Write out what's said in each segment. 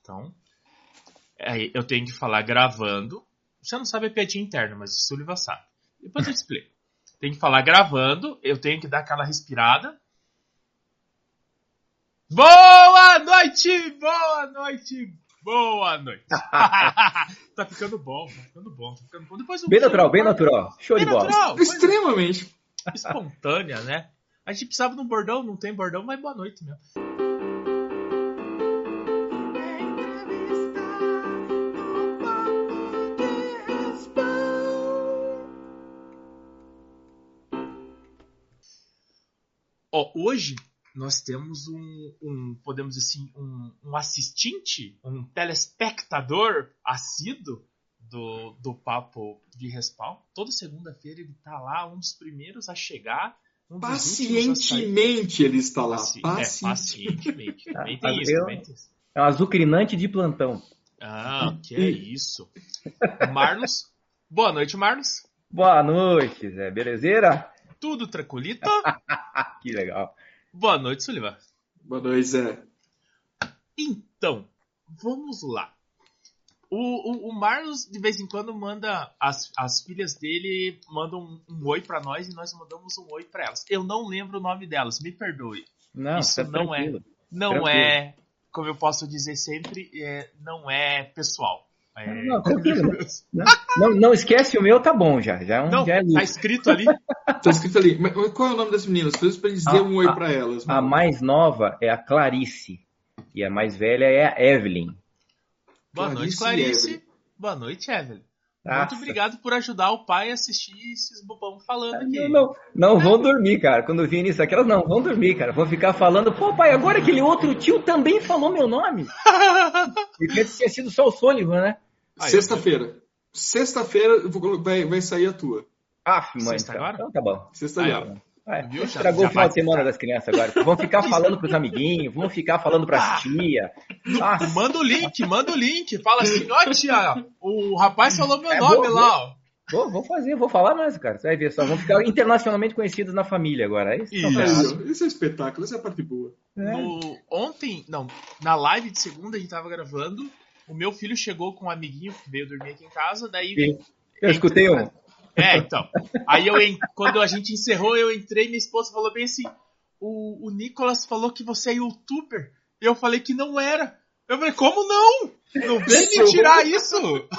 Então, eu tenho que falar gravando. Você não sabe a piadinha interna, mas o Sullivan sabe. Depois eu te explico. Tem que falar gravando, eu tenho que dar aquela respirada. Boa noite, boa noite, boa noite. Tá ficando bom, tá ficando bom. Depois bem natural, bem natural. Show de bola. Natural, extremamente. Espontânea, né? A gente precisava de um bordão, não tem bordão, mas boa noite mesmo. Hoje nós temos podemos dizer assim, um assistente, um telespectador assíduo do Papo de Respawn. Toda segunda-feira ele está lá, um dos primeiros a chegar. Pacientemente ele está lá. Pacientemente. Também tem isso. É um azucrinante de plantão. Ah, que é isso. Marlos. Boa noite, Marlos. Boa noite, Zé. Belezeira? Tudo tranquilito? Que legal. Boa noite, Sullivan. Boa noite, Zé. Então, vamos lá. O Marlos, de vez em quando, manda... As filhas dele mandam um oi pra nós e nós mandamos um oi pra elas. Eu não lembro o nome delas, me perdoe. Não, isso não tranquilo. Não é, como eu posso dizer sempre, não é pessoal. Não, tranquilo. Não esquece o meu, tá bom já. Não, já é tá escrito ali. Tá escrito ali. Mas qual é o nome das meninas? Preciso pra eles dizer um oi pra elas. A mais nova é a Clarice. E a mais velha é a Evelyn. Boa noite, Clarice. Boa noite, Evelyn. Nossa. Muito obrigado por ajudar o pai a assistir esses bobão falando aqui. Não vão dormir, cara. Quando virem isso aqui, elas não vão dormir, cara. Vão ficar falando, pô, pai, agora aquele outro tio também falou meu nome. E que tinha sido só o Sullivan, né? Sexta-feira. Sexta-feira vai sair a tua. Mãe. Sexta agora? Então tá bom. Sexta agora. Estragou o final de semana das crianças agora. Vão ficar falando pros amiguinhos, vão ficar falando pras tia. Manda o link. Fala assim, ó tia, o rapaz falou meu nome lá, ó. Vou falar mais, cara. Você vai ver só. Vão ficar internacionalmente conhecidos na família agora. Isso é espetáculo, essa é a parte boa. Na live de segunda a gente tava gravando, o meu filho chegou com um amiguinho que veio dormir aqui em casa, daí... Sim. Eu escutei um. Então. Aí quando a gente encerrou, eu entrei e minha esposa falou bem assim, o Nicolas falou que você é youtuber. E eu falei que não era. Eu falei, como não? Não vem me tirar isso.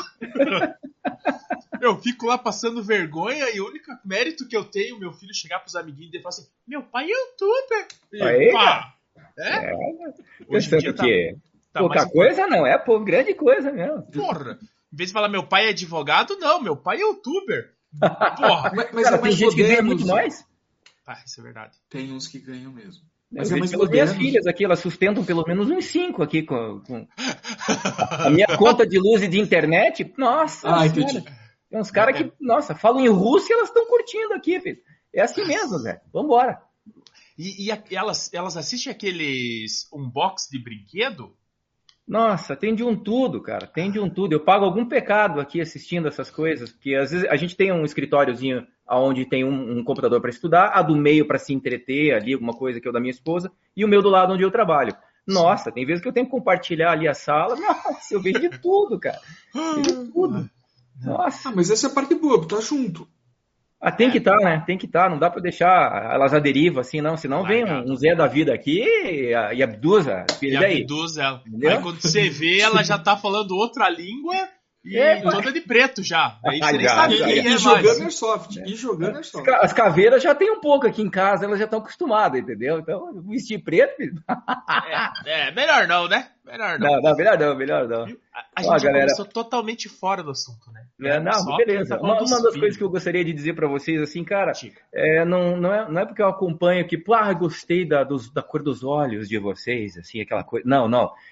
Eu fico lá passando vergonha e o único mérito que eu tenho, meu filho chegar pros amiguinhos dele e falar assim, meu pai é youtuber. Aí, Hoje em dia tá pouca coisa não, grande coisa mesmo. Porra, em vez de falar meu pai é advogado, não, meu pai é youtuber. Porra. Mas cara, tem gente que ganha muito mais. Isso é verdade. Tem uns que ganham mesmo. Mas pelas minhas filhas aqui, elas sustentam pelo menos uns 5 aqui com a minha conta de luz e de internet. Nossa, entendi. Tem uns caras que, falam em russo e elas estão curtindo aqui, filho. É assim mesmo, Zé. Vambora. E elas assistem aqueles unbox de brinquedo? Nossa, tem de um tudo, cara. Tem de um tudo. Eu pago algum pecado aqui assistindo essas coisas, porque às vezes a gente tem um escritóriozinho onde tem um computador para estudar, a do meio para se entreter ali, alguma coisa que é o da minha esposa, e o meu do lado onde eu trabalho. Nossa, tem vezes que eu tenho que compartilhar ali a sala. Nossa, eu vejo de tudo, cara. Vejo de tudo. Nossa. Mas essa é a parte boa, tá junto. Tem que estar, né? Tem que estar. Não dá pra deixar elas à deriva, assim, não. Senão vem um Zé da vida aqui e abduz a filha daí. Abduz ela. Aí quando você vê, ela já tá falando outra língua e toda de preto já. Aí você nem sabe quem é jogando Airsoft. As caveiras já tem um pouco aqui em casa, elas já estão acostumadas, entendeu? Então, vestir preto... melhor não, né? Melhor não. A gente começou totalmente fora do assunto, né? Beleza. Uma das coisas que eu gostaria de dizer pra vocês, assim, cara, não é porque eu acompanho que, gostei da cor dos olhos de vocês, assim, aquela coisa. Não.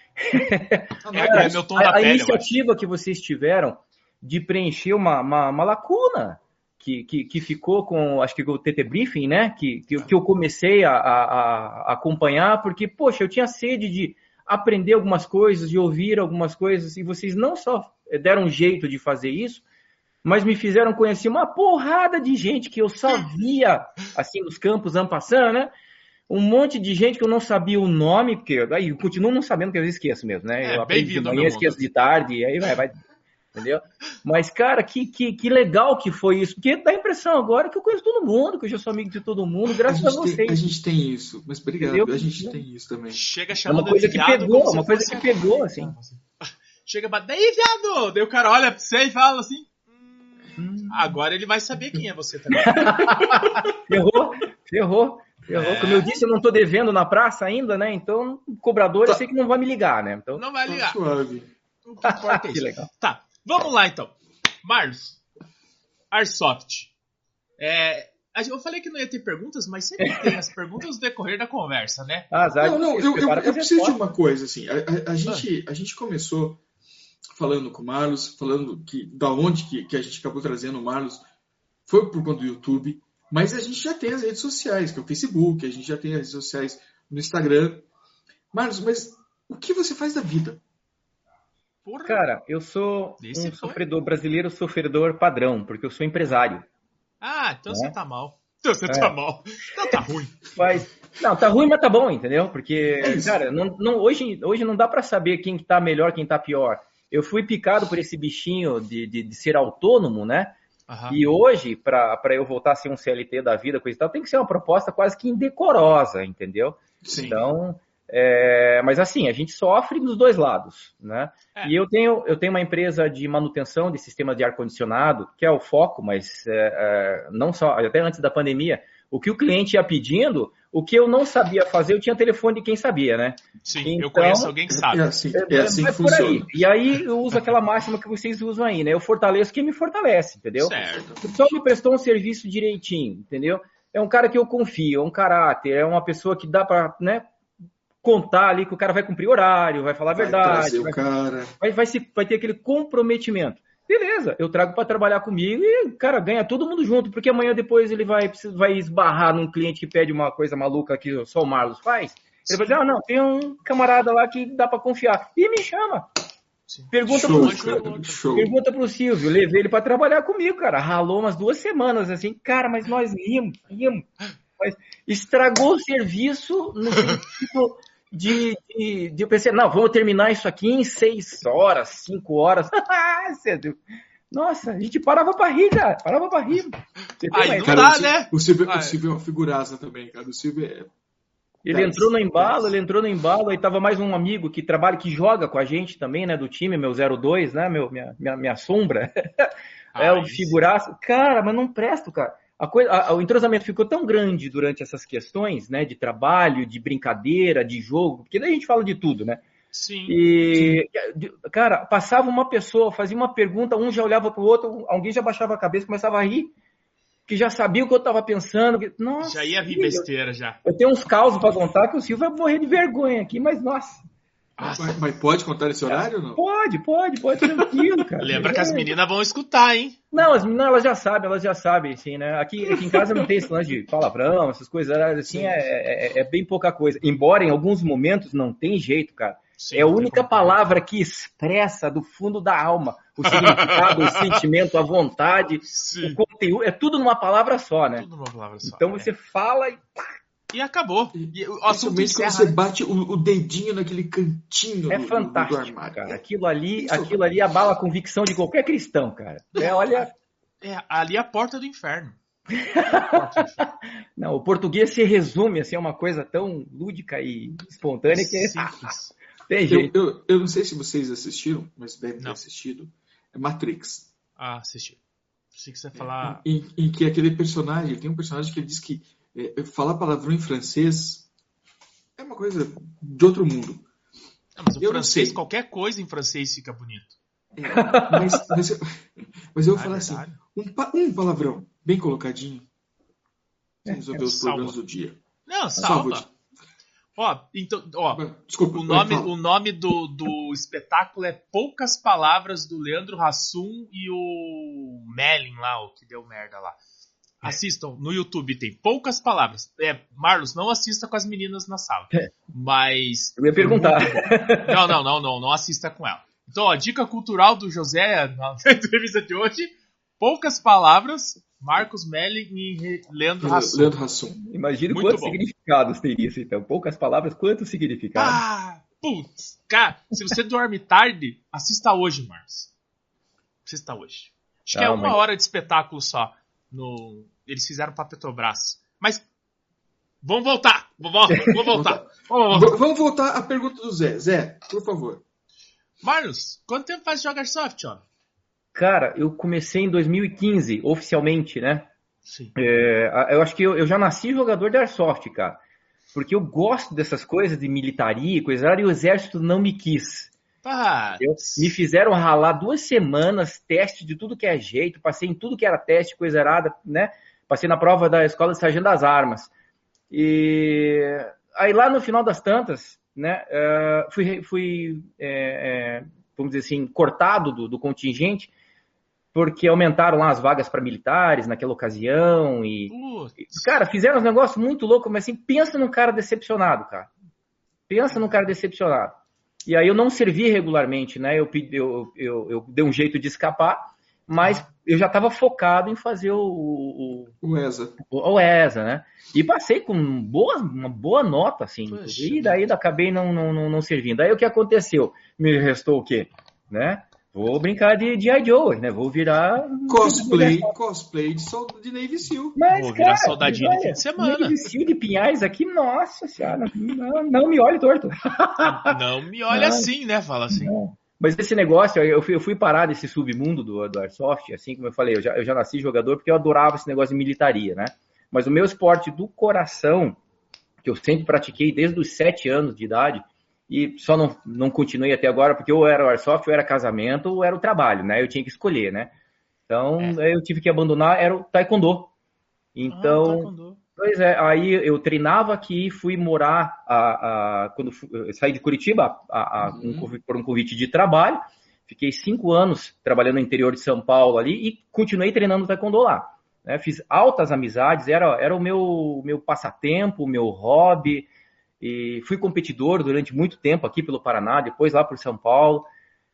É meu tom da pele, a iniciativa que vocês tiveram de preencher uma lacuna que ficou com, acho que o TT Briefing, né? Que eu comecei a acompanhar, porque, poxa, eu tinha sede de aprender algumas coisas, de ouvir algumas coisas, e vocês não só deram um jeito de fazer isso, mas me fizeram conhecer uma porrada de gente que eu só via, assim, nos campos en passant, né? um monte de gente que eu não sabia o nome, porque aí eu continuo não sabendo, que eu esqueço mesmo, né? Eu aprendo de manhã, esqueço de tarde, e aí vai, entendeu? Mas, cara, que legal que foi isso, porque dá a impressão agora que eu conheço todo mundo, que eu já sou amigo de todo mundo, graças a vocês. A gente tem isso, mas obrigado, entendeu? A gente tem isso também. Chega chamando uma coisa que pegou, uma coisa que pegou, assim. Chega, daí, viado! Daí o cara olha pra você e fala assim, agora ele vai saber quem é você também. Ferrou. Como eu disse, eu não tô devendo na praça ainda, né? Então, o cobrador eu sei que não vai me ligar, né? Então, não vai ligar. Suave. O que importa é isso. Que legal. Tá, vamos lá então. Marlos, Airsoft. Eu falei que não ia ter perguntas, mas sempre tem as perguntas no decorrer da conversa, né? Eu preciso de uma coisa, assim. A gente começou falando com o Marlos, falando da onde que a gente acabou trazendo o Marlos foi por conta do YouTube, mas a gente já tem as redes sociais, que é o Facebook, a gente já tem as redes sociais no Instagram. Marlos, mas o que você faz da vida? Porra. Cara, eu sou sofredor brasileiro, sofredor padrão, porque eu sou empresário. Ah, então você tá mal. Então você tá mal. Então tá ruim. Não, tá ruim, mas tá bom, entendeu? Porque, cara, hoje não dá pra saber quem tá melhor, quem tá pior. Eu fui picado por esse bichinho de ser autônomo, né? Uhum. E hoje, para eu voltar a ser um CLT da vida, coisa e tal, tem que ser uma proposta quase que indecorosa, entendeu? Sim. Então, mas assim, a gente sofre dos dois lados, né? E eu tenho uma empresa de manutenção de sistema de ar-condicionado, que é o foco, mas não só, até antes da pandemia, o que o cliente ia pedindo, o que eu não sabia fazer, eu tinha telefone de quem sabia, né? Sim, então, eu conheço alguém que sabe. É assim que funciona. Aí. E aí eu uso aquela máxima que vocês usam aí, né? Eu fortaleço quem me fortalece, entendeu? Certo. Só me prestou um serviço direitinho, entendeu? É um cara que eu confio, é um caráter, é uma pessoa que dá pra, né, contar ali que o cara vai cumprir horário, vai falar a verdade. Vai ter aquele comprometimento. Beleza, eu trago para trabalhar comigo e o cara ganha todo mundo junto, porque amanhã depois ele vai esbarrar num cliente que pede uma coisa maluca que só o Marlos faz. Ele vai dizer, não, tem um camarada lá que dá para confiar. E me chama. Sim. Pergunta pro Silvio, levei ele para trabalhar comigo, cara. Ralou umas 2 semanas, assim, cara, mas nós rimos. Mas estragou o serviço no sentido de eu pensei, não, vamos terminar isso aqui em 6 horas, 5 horas. Nossa, a gente parava pra rir, cara. Aí não dá, né? O Silvio é uma figuraça também, cara. O Silvio Ele entrou no embalo, aí tava mais um amigo que trabalha, que joga com a gente também, né, do time, meu 02, né, minha sombra. O figuraça. Cara, mas não presto, cara. O entrosamento ficou tão grande durante essas questões, né, de trabalho, de brincadeira, de jogo, porque daí a gente fala de tudo, né? Sim. E, cara, passava uma pessoa, fazia uma pergunta, um já olhava pro outro, alguém já baixava a cabeça, começava a rir, que já sabia o que eu tava pensando. Nossa, já ia rir besteira, já. Eu tenho uns causos para contar que o Silvio vai morrer de vergonha aqui, mas nossa. Mas pode contar esse horário ou não? Pode, tranquilo, cara. Lembra que as meninas vão escutar, hein? Não, as meninas elas já sabem, assim, né? Aqui em casa não tem esse lance de palavrão, essas coisas, assim, é bem pouca coisa. Embora em alguns momentos não tem jeito, cara. Sim, é a única palavra que expressa do fundo da alma o significado, o sentimento, a vontade, o conteúdo, é tudo numa palavra só, né? Tudo numa palavra só. Então você fala e e acabou. E o assunto encerra, você bate o dedinho naquele cantinho fantástico, do armário. Cara. Aquilo ali abala a convicção de qualquer cristão, cara. Olha... ali é a porta do inferno. Não, o português se resume assim, a uma coisa tão lúdica e espontânea que simples. Tem jeito. Eu não sei se vocês assistiram, mas devem ter assistido. É Matrix. Assisti. Achei que você ia falar... Em que aquele personagem, tem um personagem que ele diz que falar palavrão em francês é uma coisa de outro mundo. Mas o francês, qualquer coisa em francês fica bonito. Mas eu vou falar assim, um palavrão bem colocadinho resolver os problemas do dia. Não, salva. Desculpa, o nome do espetáculo é Poucas Palavras, do Leandro Hassum e o Melin lá, o que deu merda lá. Assistam, no YouTube tem Poucas Palavras. Marlos, não assista com as meninas na sala. Mas... Eu ia perguntar. Não assista com ela. Então, dica cultural do José na entrevista de hoje, Poucas Palavras, Marcos Melling e Leandro Hassum. Imagina quantos significados teria isso, então. Poucas palavras, quantos significados? Putz. Cara, se você dorme tarde, assista hoje, Marcos. Assista hoje. Acho que é 1 hora de espetáculo só. Eles fizeram pra Petrobras. Mas vamos voltar. Vamos voltar à pergunta do Zé. Zé, por favor. Marlos, quanto tempo faz jogar Airsoft, ó? Cara, eu comecei em 2015, oficialmente, né? Sim. Eu acho que eu já nasci jogador de Airsoft, cara. Porque eu gosto dessas coisas de militaria e coisa, e o exército não me quis. Me fizeram ralar 2 semanas, teste de tudo que é jeito, passei em tudo que era teste, coisa errada, né? Passei na prova da Escola de Sargento das Armas. E aí lá no final das tantas, né, fui vamos dizer assim, cortado do contingente, porque aumentaram lá as vagas para militares naquela ocasião e, cara, fizeram uns negócios muito loucos, mas assim, pensa num cara decepcionado, cara. Pensa num cara decepcionado. E aí eu não servi regularmente, né? Eu dei um jeito de escapar, mas eu já estava focado em fazer o ESA, né? E passei com uma boa nota, assim. Poxa, e daí acabei não servindo. Aí o que aconteceu? Me restou o quê? Né? Vou brincar de G.I. Joe, né? Vou virar... Cosplay de Navy SEAL. Mas, vou virar soldadinho de fim de semana. Navy SEAL de Pinhais aqui, nossa senhora, não me olhe torto. Não me olhe assim, né? Fala assim. Não. Mas esse negócio, eu fui parar desse submundo do Airsoft, assim como eu falei, eu já nasci jogador porque eu adorava esse negócio de militaria, né? Mas o meu esporte do coração, que eu sempre pratiquei desde os 7 anos de idade, e só não continuei até agora, porque ou era o Airsoft, ou era casamento, ou era o trabalho, né? Eu tinha que escolher, né? Então, eu tive que abandonar, era o Taekwondo. Então, Taekwondo. Pois é, aí eu treinava aqui, fui morar, quando eu saí de Curitiba, por um convite de trabalho, fiquei 5 anos trabalhando no interior de São Paulo ali e continuei treinando Taekwondo lá. Né? Fiz altas amizades, era o meu passatempo, o meu hobby, e fui competidor durante muito tempo aqui pelo Paraná, depois lá por São Paulo.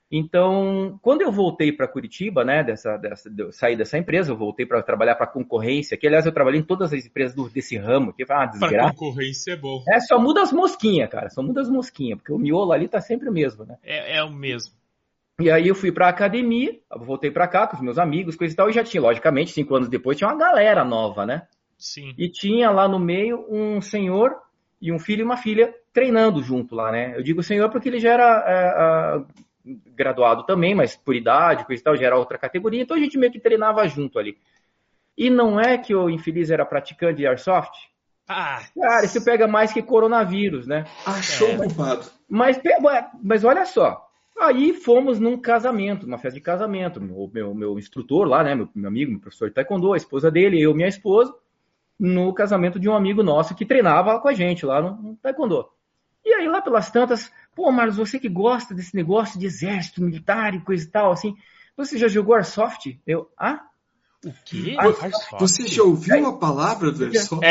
Então, quando eu voltei para Curitiba, né, eu saí dessa empresa, eu voltei para trabalhar para concorrência, que aliás eu trabalhei em todas as empresas desse ramo, que foi uma desgraça. Para concorrência é bom. Só muda as mosquinhas, cara, porque o miolo ali tá sempre o mesmo, né? É o mesmo. E aí eu fui para a academia, voltei para cá com os meus amigos, coisa e tal, e já tinha, logicamente, 5 anos depois, tinha uma galera nova, né? Sim. E tinha lá no meio um senhor e um filho e uma filha treinando junto lá, né? Eu digo senhor porque ele já era... graduado também, mas por idade, coisa e tal, já era outra categoria, então a gente meio que treinava junto ali. E não é que o infeliz era praticante de Airsoft? Cara, isso pega mais que coronavírus, né? Achou culpado. Mas olha só, aí fomos num casamento, uma festa de casamento, meu instrutor lá, né, meu amigo, meu professor de Taekwondo, a esposa dele, eu e minha esposa, no casamento de um amigo nosso que treinava com a gente lá no Taekwondo. E aí lá pelas tantas, pô, Marlos, você que gosta desse negócio de exército militar e coisa e tal, assim, você já jogou Airsoft? O quê? Você já ouviu a palavra do Airsoft?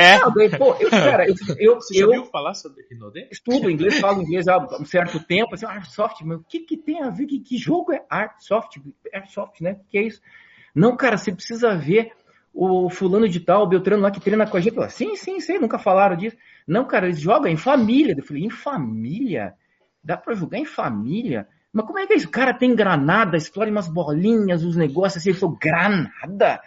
Você já ouviu falar sobre Rinode? Estudo inglês, falo inglês há um certo tempo, assim, Airsoft, mas o que tem a ver? Que jogo é Airsoft, né? O que é isso? Não, cara, você precisa ver o fulano de tal, o Beltrano lá que treina com a gente. Eu falei, sim, sei, nunca falaram disso. Não, cara, eles jogam em família. Eu falei, em família? Dá pra jogar em família? Mas como é que é isso? O cara tem granada, explode umas bolinhas, uns negócios assim. Ele falou, granada?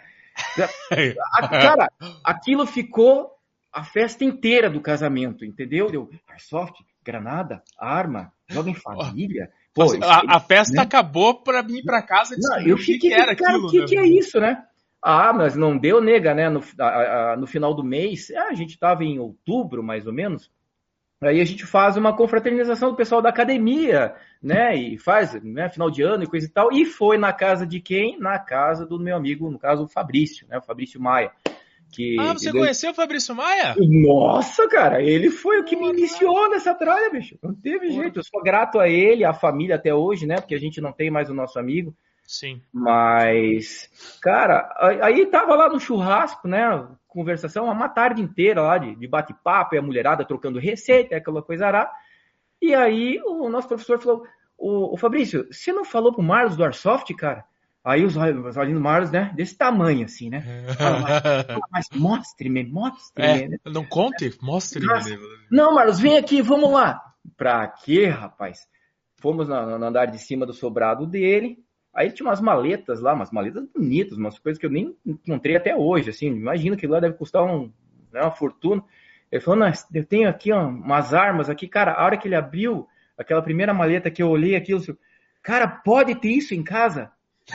Cara, aquilo ficou a festa inteira do casamento, entendeu? Deu Airsoft, granada, arma, joga em família. Pô, a festa, né? Acabou pra mim ir pra casa e descobrir eu fiquei, que era cara, aquilo. O que é isso, né? Mas não deu, nega, né? No final do mês, a gente estava em outubro, mais ou menos. Aí a gente faz uma confraternização do pessoal da academia, né? E faz, né, final de ano e coisa e tal. E foi na casa de quem? Na casa do meu amigo, no caso, o Fabrício, né? O Fabrício Maia. Você conheceu o Fabrício Maia? Nossa, cara, ele foi o que me iniciou nessa tralha, bicho. Não teve jeito. Eu sou grato a ele, à família até hoje, né? Porque a gente não tem mais o nosso amigo. Sim. Mas, cara, aí tava lá no churrasco, né? Conversação, uma tarde inteira lá de bate-papo, e a mulherada trocando receita, aquela coisa ará. E aí o nosso professor falou, o Fabrício, você não falou pro Marlos do Airsoft, cara? Aí os olhinhos do Marlos, né? Desse tamanho, assim, né? Mas mostre-me. Né? Não conte, mostre-me. Não, Marlos, vem aqui, vamos lá. Pra quê, rapaz? Fomos no andar de cima do sobrado dele. Aí tinha umas maletas lá, umas maletas bonitas, umas coisas que eu nem encontrei até hoje, assim. Imagino que lá deve custar uma fortuna. Ele falou, não, eu tenho aqui umas armas aqui. Cara, a hora que ele abriu aquela primeira maleta que eu olhei aquilo, cara, pode ter isso em casa?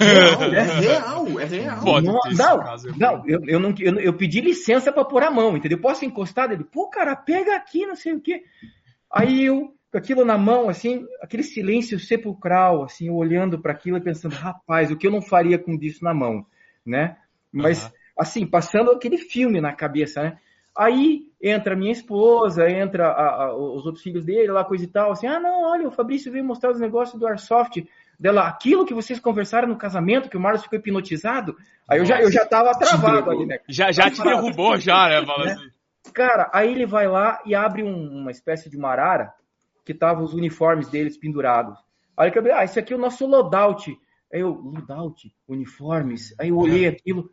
É real. Pode ter isso em casa. Eu pedi licença pra pôr a mão, entendeu? Posso encostar dele? Pô, cara, pega aqui, não sei o quê. Aí eu, com aquilo na mão, assim, aquele silêncio sepulcral, assim, olhando para aquilo e pensando, rapaz, o que eu não faria com isso na mão, né? Mas, assim, passando aquele filme na cabeça, né? Aí entra minha esposa, entra os outros filhos dele, lá, coisa e tal, assim, não, olha, o Fabrício veio mostrar os negócios do Airsoft, dela, aquilo que vocês conversaram no casamento, que o Marlos ficou hipnotizado, aí eu já tava travado ali, né? Já te derrubou, já, né? Fala assim. Cara, aí ele vai lá e abre uma espécie de uma arara que tava os uniformes deles pendurados. Aí eu falei, esse aqui é o nosso loadout. Aí eu, loadout, uniformes. Aí eu olhei aquilo,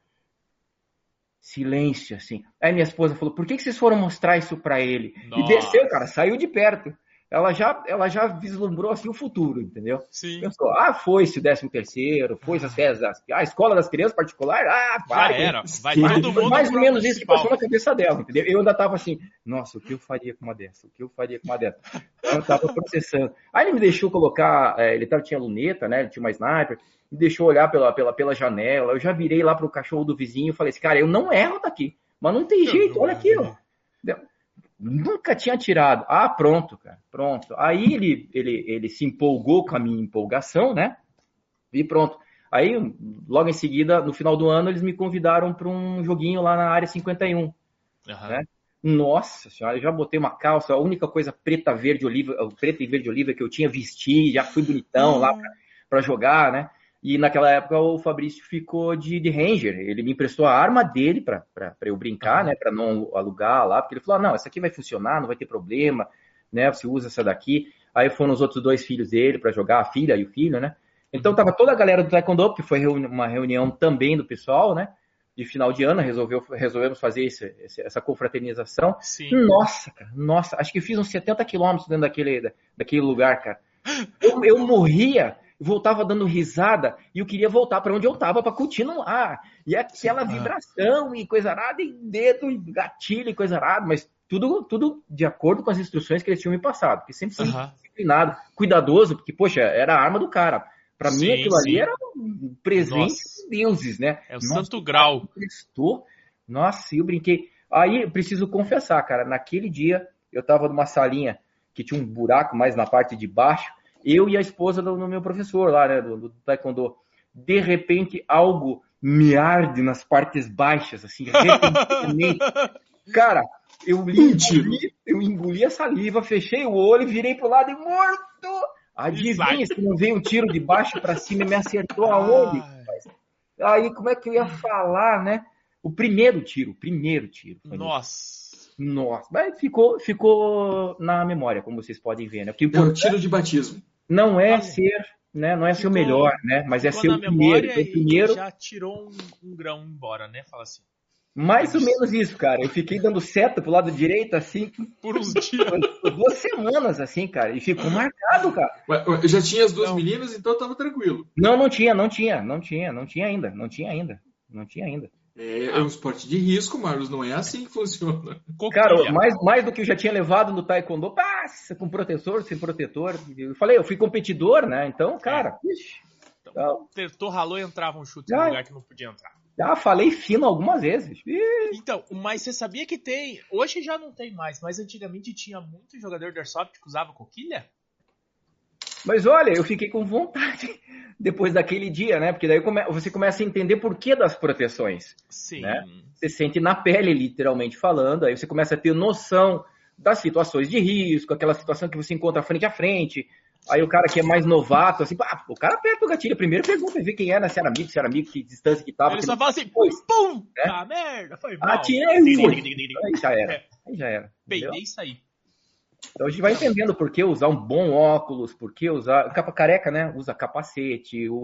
silêncio, assim. Aí minha esposa falou, por que vocês foram mostrar isso pra ele? Nossa. E desceu, cara, saiu de perto. Ela já vislumbrou, assim, o futuro, entendeu? Sim. Pensou, foi-se o 13º, foi-se as férias, a escola das crianças particular, vai. Já era, vai todo mundo. Mais ou menos isso que passou na cabeça dela, entendeu? Eu ainda tava assim, nossa, o que eu faria com uma dessa? Eu tava processando. Aí ele me deixou colocar, tinha luneta, né, ele tinha uma sniper, me deixou olhar pela janela, eu já virei lá pro cachorro do vizinho e falei assim, cara, eu não erro daqui, mas não tem jeito, olha aqui, ó. Nunca tinha atirado. Pronto, cara, pronto. Aí ele se empolgou com a minha empolgação, né? E pronto. Aí, logo em seguida, no final do ano, eles me convidaram para um joguinho lá na área 51. Né? Nossa senhora, eu já botei uma calça, a única coisa preta e verde oliva que eu tinha, vesti, já fui bonitão lá para jogar, né? E naquela época o Fabrício ficou de Ranger. Ele me emprestou a arma dele para eu brincar, né? Para não alugar lá, porque ele falou, não, essa aqui vai funcionar, não vai ter problema, né? Você usa essa daqui. Aí foram os outros 2 filhos dele para jogar, a filha e o filho, né? Então tava toda a galera do Taekwondo, porque foi uma reunião também do pessoal, né? De final de ano, resolvemos fazer essa confraternização. Sim. Nossa, cara, acho que fiz uns 70 quilômetros dentro daquele lugar, cara. Eu morria, voltava dando risada e eu queria voltar para onde eu tava para continuar. E aquela vibração e coisa arada, e dedo, e gatilho e coisa arada, mas tudo de acordo com as instruções que eles tinham me passado, porque sempre fui disciplinado, cuidadoso, porque, poxa, era a arma do cara. Para mim, aquilo ali era um presente dos deuses, né? É o santo grau. Nossa, eu brinquei. Aí, eu preciso confessar, cara, naquele dia, eu tava numa salinha que tinha um buraco mais na parte de baixo, eu e a esposa do meu professor lá, né, do Taekwondo. De repente, algo me arde nas partes baixas, assim, repentinamente. Cara, eu engoli a saliva, fechei o olho, virei pro lado e morto! Adivinha se não veio um tiro de baixo para cima e me acertou aonde? Aí, como é que eu ia falar, né? O primeiro tiro. Nossa, mas ficou na memória, como vocês podem ver, né? Porque é o tiro de batismo. Não é ser, né? Não é ser o melhor, né? Mas é ser o primeiro. O primeiro já tirou um grão embora, né? Fala assim. Mais ou menos isso, cara. Eu fiquei dando seta pro lado direito, assim, por uns dias. Por 2 semanas, assim, cara. E ficou marcado, cara. Eu já tinha as 2 meninas, então tava tranquilo. Não tinha ainda. É um esporte de risco, Marlos. Não é assim que funciona. Cara, mais do que eu já tinha levado no Taekwondo, com protetor, sem protetor. Eu falei, eu fui competidor, né? Então, cara... Então, tentou, ralou e entrava um chute no lugar que não podia entrar. Já falei fino algumas vezes. Então, mas você sabia que tem... Hoje já não tem mais, mas antigamente tinha muito jogador de Airsoft que usava coquilha? Mas olha, eu fiquei com vontade depois daquele dia, né? Porque daí você começa a entender por que das proteções. Sim. Né? Você sente na pele, literalmente falando, aí você começa a ter noção das situações de risco, aquela situação que você encontra frente a frente. Aí o cara que é mais novato, assim, o cara aperta o gatilho primeiro, pergunta, vê quem era, se era amigo, que distância que tava. Ele só fala assim, pum, tá merda, foi mal. Atirei, aí já era. Peidei isso aí. Então a gente vai entendendo por que usar um bom óculos, por que usar... Capa careca, né? Usa capacete, usa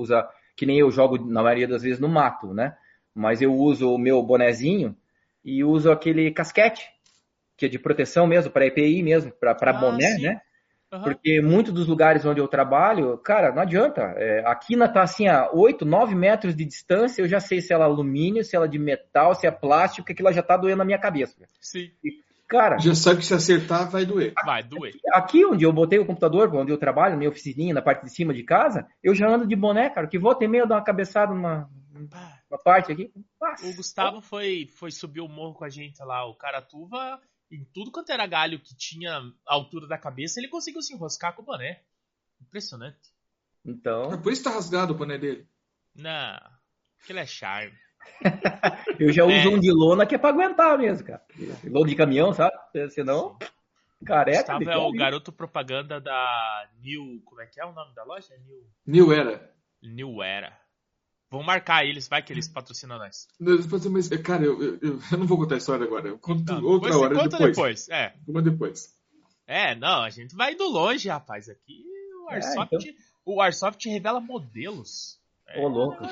que nem eu jogo na maioria das vezes no mato, né? Mas eu uso o meu bonezinho e uso aquele casquete, que é de proteção mesmo, para EPI mesmo, para boné, sim, né? Uhum. Porque muitos dos lugares onde eu trabalho, cara, não adianta. A quina tá assim a 8, 9 metros de distância, eu já sei se ela é alumínio, se ela é de metal, se é plástico, que aquilo já tá doendo na minha cabeça. Sim. E, cara, já sabe que se acertar vai doer. Vai doer. Aqui onde eu botei o computador, onde eu trabalho, minha oficininha, na parte de cima de casa, eu já ando de boné, cara, que volta e meia eu dou uma cabeçada numa parte aqui. Nossa. O Gustavo foi subir o morro com a gente lá, o Caratuva... Em tudo quanto era galho que tinha a altura da cabeça, ele conseguiu se enroscar com o boné. Impressionante. Então... É por isso que tá rasgado o boné dele. Não, aquele é charme. Eu já uso um de lona que é pra aguentar mesmo, cara. Lona de caminhão, sabe? Senão, careca. Gustavo é o garoto propaganda da New... Como é que é o nome da loja? New Era. New Era. Vamos marcar eles, vai que eles patrocinam nós. Mas, cara, eu não vou contar a história agora. Eu conto outra hora depois. Uma depois. Não, a gente vai indo longe, rapaz. Aqui o Airsoft revela modelos. Ô, louco.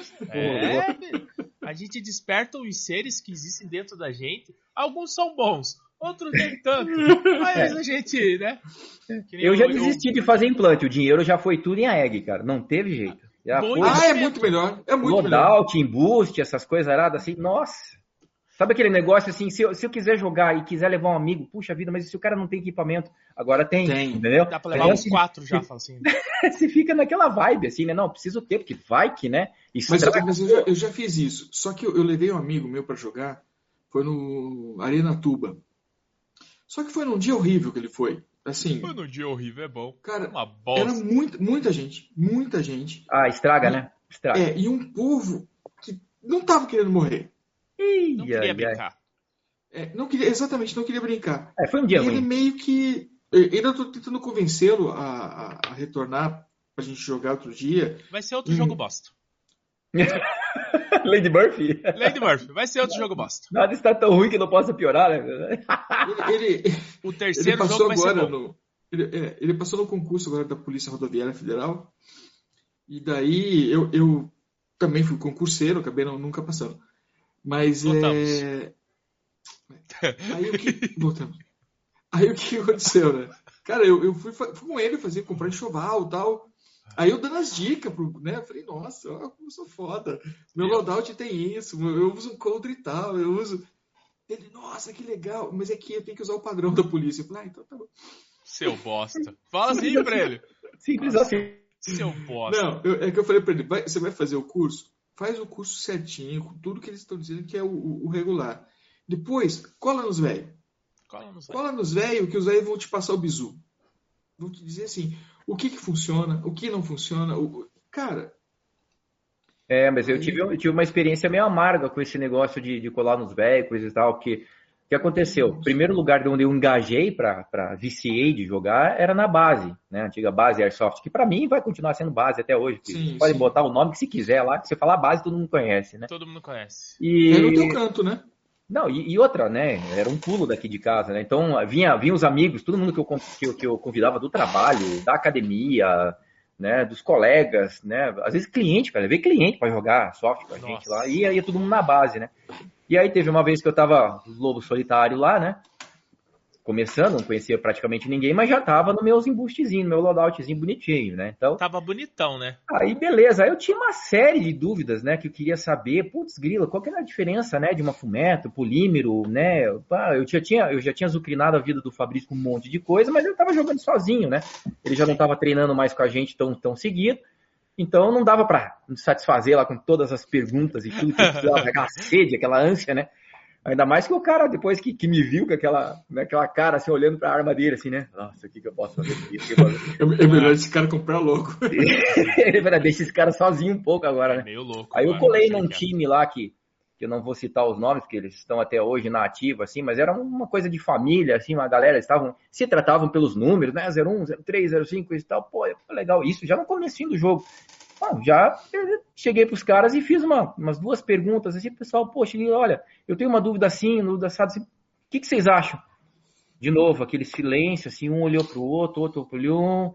A gente desperta os seres que existem dentro da gente. Alguns são bons, outros nem tanto. Mas a gente, né? Eu já desisti de fazer implante. O dinheiro já foi tudo em AEG, cara. Não teve jeito. É muito melhor. É muito loadout, boost, essas coisas aradas assim. Nossa. Sabe aquele negócio assim, se eu quiser jogar e quiser levar um amigo, puxa vida, mas se o cara não tem equipamento, agora tem. Entendeu? Dá pra levar uns 4 já, fala assim. Você fica naquela vibe assim, né? Não, preciso ter, porque vai que, né? Mas eu já fiz isso. Só que eu levei um amigo meu pra jogar, foi no Arena Tuba. Só que foi num dia horrível que ele foi. Assim, foi num dia horrível, é bom. Cara, uma bosta. Era muita gente. Ah, estraga, né? Estraga. E um povo que não tava querendo morrer. Não queria brincar. Não queria brincar. Foi um dia ruim. Ele meio que... Eu ainda tô tentando convencê-lo a retornar pra gente jogar outro dia. Vai ser outro jogo bosta. Lady Murphy? Lady Murphy, vai ser outro jogo bosta. Nada está tão ruim que não possa piorar, né? O terceiro jogo vai ser bom. Ele passou no concurso agora da Polícia Rodoviária Federal. E daí eu também fui concurseiro, acabei nunca passando. Mas Voltamos. Aí o que aconteceu, né? Cara, eu fui com ele comprar enxoval e tal. Aí eu dando as dicas, né? Eu falei, nossa, eu sou foda. Meu loadout tem isso, eu uso um coldre e tal, eu uso... Ele, nossa, que legal, mas aqui eu tenho que usar o padrão da polícia. Eu falei, então tá bom. Seu bosta. Fala assim pra ele. Simples assim. Seu bosta. Não, é que eu falei pra ele, você vai fazer o curso? Faz o curso certinho, com tudo que eles estão dizendo que é o regular. Depois, cola nos velhos. Cola nos velhos, que os velhos vão te passar o bizu. Vão te dizer assim, o que funciona, o que não funciona. Cara... mas eu tive uma experiência meio amarga com esse negócio de colar nos velhos, coisa e tal, porque o que aconteceu? O primeiro lugar de onde eu engajei para viciei de jogar era na base, né? A antiga base Airsoft, que para mim vai continuar sendo base até hoje. Sim, pode botar o nome que se quiser lá, que você falar base todo mundo conhece, né? Todo mundo conhece. É no teu canto, né? Não, e outra, né? Era um pulo daqui de casa, né? Então, vinha os amigos, todo mundo que eu convidava do trabalho, da academia, né? Dos colegas, né? Às vezes cliente, cara. Veio cliente para jogar soft com a gente lá. E ia todo mundo na base, né? E aí teve uma vez que eu tava lobo solitário lá, né? Começando, não conhecia praticamente ninguém, mas já tava no meus embustezinhos, no meu loadoutzinho bonitinho, né? Então, tava bonitão, né? Aí, beleza. Aí eu tinha uma série de dúvidas, né? Que eu queria saber, putz, grila, qual que era a diferença, né? De uma fumeto, polímero, né? Eu já tinha azucrinado a vida do Fabrício com um monte de coisa, mas eu tava jogando sozinho, né? Ele já não tava treinando mais com a gente tão seguido. Então não dava pra me satisfazer lá com todas as perguntas e tudo, aquela sede, aquela ânsia, né? Ainda mais que o cara, depois que me viu com aquela cara assim, olhando pra arma dele, assim, né? Nossa, o que eu posso fazer com isso? É melhor esse cara comprar logo. Ele vai deixar esse cara sozinho um pouco agora, né? Meio louco. Aí eu colei num time lá que eu não vou citar os nomes, porque eles estão até hoje na ativa, assim, mas era uma coisa de família, assim, uma galera, se tratavam pelos números, né? 01, 03, 05 e tal. Pô, legal. Isso já no comecinho do jogo. Já cheguei pros caras e fiz umas 2 perguntas assim, pessoal, poxa, olha, eu tenho uma dúvida assim, dúvida assim, o que vocês acham? De novo, aquele silêncio, assim, um olhou pro outro olhou,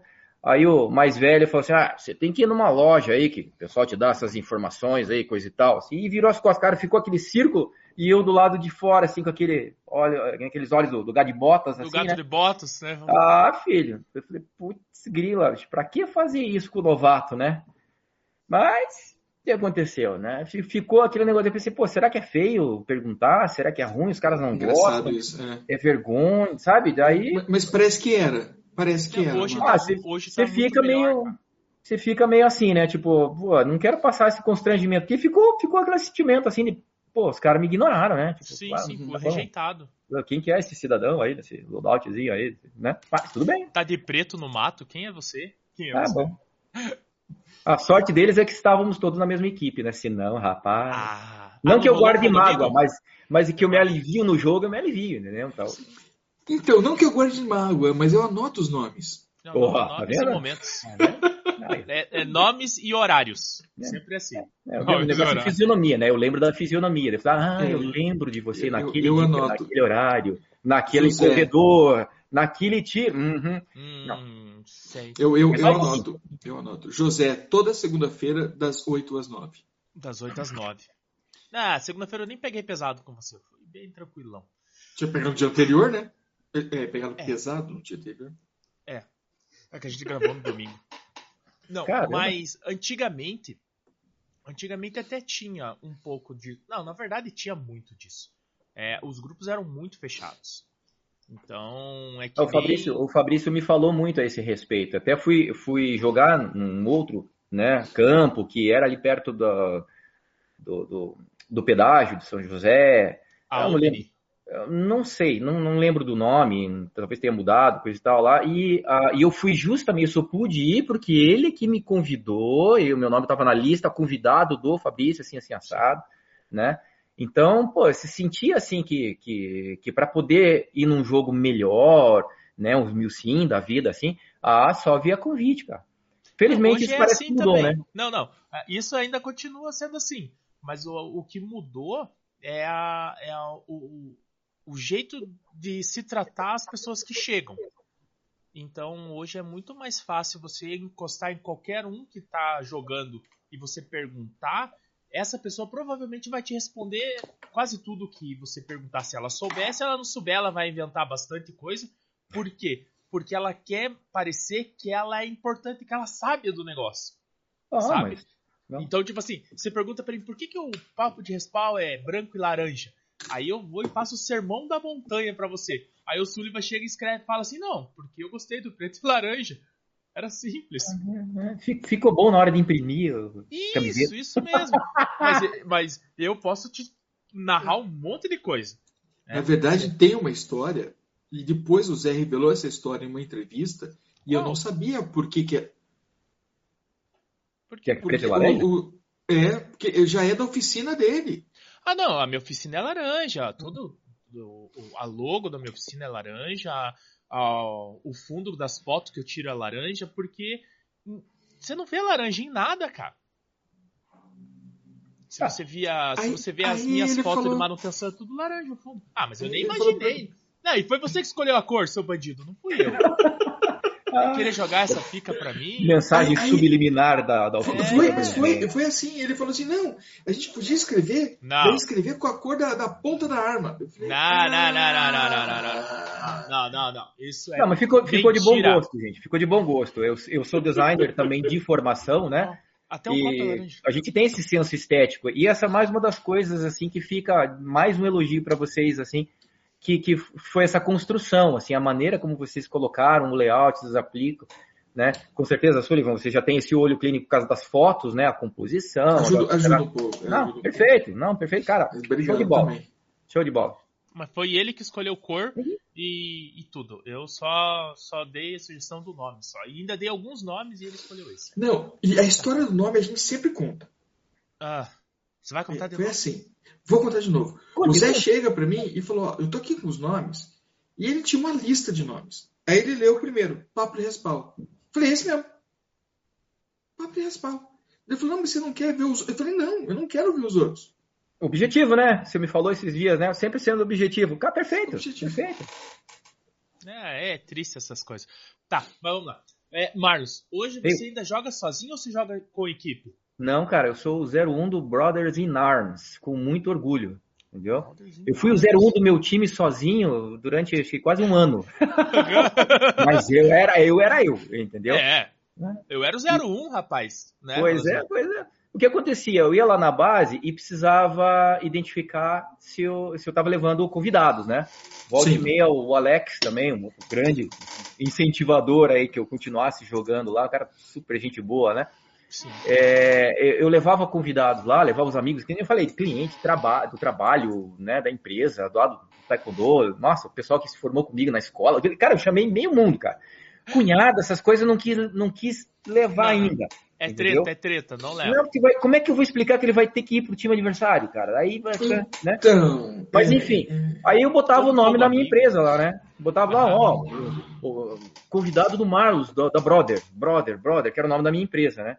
Aí o mais velho falou assim, você tem que ir numa loja aí, que o pessoal te dá essas informações aí, coisa e tal. Assim, e virou as costas, cara, ficou aquele círculo, e eu do lado de fora, assim, com aqueles olhos do gato de botas, assim, do gato, né? De botas, né? Filho, eu falei, putz, grila, pra que fazer isso com o novato, né? Mas, o que aconteceu, né? Ficou aquele negócio, eu pensei, pô, será que é feio perguntar? Será que é ruim? Os caras não Engraçado gostam? Isso, é vergonha, sabe? Daí... Mas parece que era. Hoje você fica meio... Melhor, você fica meio assim, né? Tipo, pô, não quero passar esse constrangimento. Porque ficou aquele sentimento assim de, pô, os caras me ignoraram, né? Tipo, sim, foi rejeitado. Quem que é esse cidadão aí, esse loadoutzinho aí, né? Mas tudo bem. Tá de preto no mato, quem é você? Quem é você? Bom. A sorte deles é que estávamos todos na mesma equipe, né? Senão, rapaz... não que eu guarde mágoa, mas que eu me alivio no jogo, eu me alivio, entendeu? Então, não que eu guarde mágoa, mas eu anoto os nomes. Nomes e momentos. Nomes e horários. Sempre assim. O negócio é fisionomia, né? Eu lembro da fisionomia. Eu lembro de você naquele dia, naquele horário, naquele corredor, naquele tiro. Sei. Eu anoto. José, toda segunda-feira, das 8 às 9. Das 8 às 9. Segunda-feira eu nem peguei pesado com você. Fui bem tranquilão. Tinha pegado no dia anterior, né? Pegado pesado no dia anterior. É que a gente gravou no domingo. Não, caramba. Mas antigamente até tinha um pouco de... Não, na verdade tinha muito disso. Os grupos eram muito fechados. Então, é que o Fabrício me falou muito a esse respeito. Até fui jogar num outro, né, campo que era ali perto do pedágio de São José. Não sei, não lembro do nome, talvez tenha mudado, coisa e tal lá, e eu fui justamente, eu só pude ir porque ele que me convidou, e o meu nome estava na lista, convidado do Fabrício, assim assado, né? Então, pô, se sentia assim que para poder ir num jogo melhor, né, uns 1000 da vida, assim, só via convite, cara. Felizmente isso parece assim que mudou, também. né? Não, isso ainda continua sendo assim, mas o que mudou é o jeito de se tratar as pessoas que chegam. Então, hoje é muito mais fácil você encostar em qualquer um que está jogando e você perguntar. Essa pessoa provavelmente vai te responder quase tudo que você perguntar. Se ela souber, se ela não souber, ela vai inventar bastante coisa. Por quê? Porque ela quer parecer que ela é importante, que ela sabe do negócio. Sabe? Então, tipo assim, você pergunta pra ele por que o papo de respawn é branco e laranja? Aí eu vou e faço o sermão da montanha pra você. Aí o Sullivan chega e escreve e fala assim, não, porque eu gostei do preto e laranja. Era simples. Ficou bom na hora de imprimir. Isso mesmo. Mas eu posso te narrar um monte de coisa. Na verdade, tem uma história, e depois o Zé revelou essa história em uma entrevista, e eu não sabia por que é. Porque preto e laranja? Porque já é da oficina dele. Não, a minha oficina é laranja. A logo da minha oficina é laranja. O fundo das fotos que eu tiro é laranja, porque você não vê laranja em nada, cara. Se você vê as minhas fotos de manutenção, é tudo laranja o fundo. Mas eu nem imaginei. Não, e foi você que escolheu a cor, seu bandido, não fui eu. Querer jogar essa fica pra mim. Mensagem subliminar da oficina. Foi assim, ele falou assim, não, a gente podia escrever com a cor da ponta da arma. Falei, não. Isso é. Não, mas ficou de bom gosto, gente. Ficou de bom gosto. Eu sou designer também de formação, né? Até o copo é laranja. A gente tem esse senso estético. E essa é mais uma das coisas, assim, que fica mais um elogio pra vocês, assim, que foi essa construção, assim, a maneira como vocês colocaram o layout, vocês aplicam, né? Com certeza, Sullivan, você já tem esse olho clínico por causa das fotos, né? A composição. Ajuda um pouco. Perfeito, cara. Show de bola. Também. Show de bola. Mas foi ele que escolheu cor e tudo. Eu só dei a sugestão do nome só. E ainda dei alguns nomes e ele escolheu esse. Não, e a história do nome a gente sempre conta. Você vai contar de novo? Foi assim. Vou contar de novo. O Zé chega pra mim e falou, eu tô aqui com os nomes. E ele tinha uma lista de nomes. Aí ele leu o primeiro, Papo de Respawn. Falei, esse mesmo. Papo de Respawn. Ele falou, não, mas você não quer ver os outros? Eu falei, não, eu não quero ver os outros. Objetivo, né? Você me falou esses dias, né? Sempre sendo objetivo. Perfeito. É triste essas coisas. Tá, mas vamos lá. Marlos, hoje você ainda joga sozinho ou você joga com equipe? Não, cara, eu sou o 01 do Brothers in Arms, com muito orgulho, entendeu? Eu fui o 01 do meu time sozinho durante, acho que quase um ano. Mas eu era eu, entendeu? Eu era o 01, rapaz. Né? Pois é. O que acontecia? Eu ia lá na base e precisava identificar se eu estava levando convidados, né? Volta e meia, o Alex também, um grande incentivador aí que eu continuasse jogando lá, um cara super gente boa, né? Eu levava convidados lá, levava os amigos, que eu falei, cliente do trabalho, né, da empresa, do taekwondo, nossa, o pessoal que se formou comigo na escola, cara, eu chamei meio mundo, cara. Cunhada, essas coisas eu não quis levar ainda. É treta, não leva. Não, porque como é que eu vou explicar que ele vai ter que ir pro time adversário, cara? Aí vai ficar, né? Mas enfim, aí eu botava o nome da minha empresa lá, né? Botava lá, o convidado do Marlos, da Brother, que era o nome da minha empresa, né?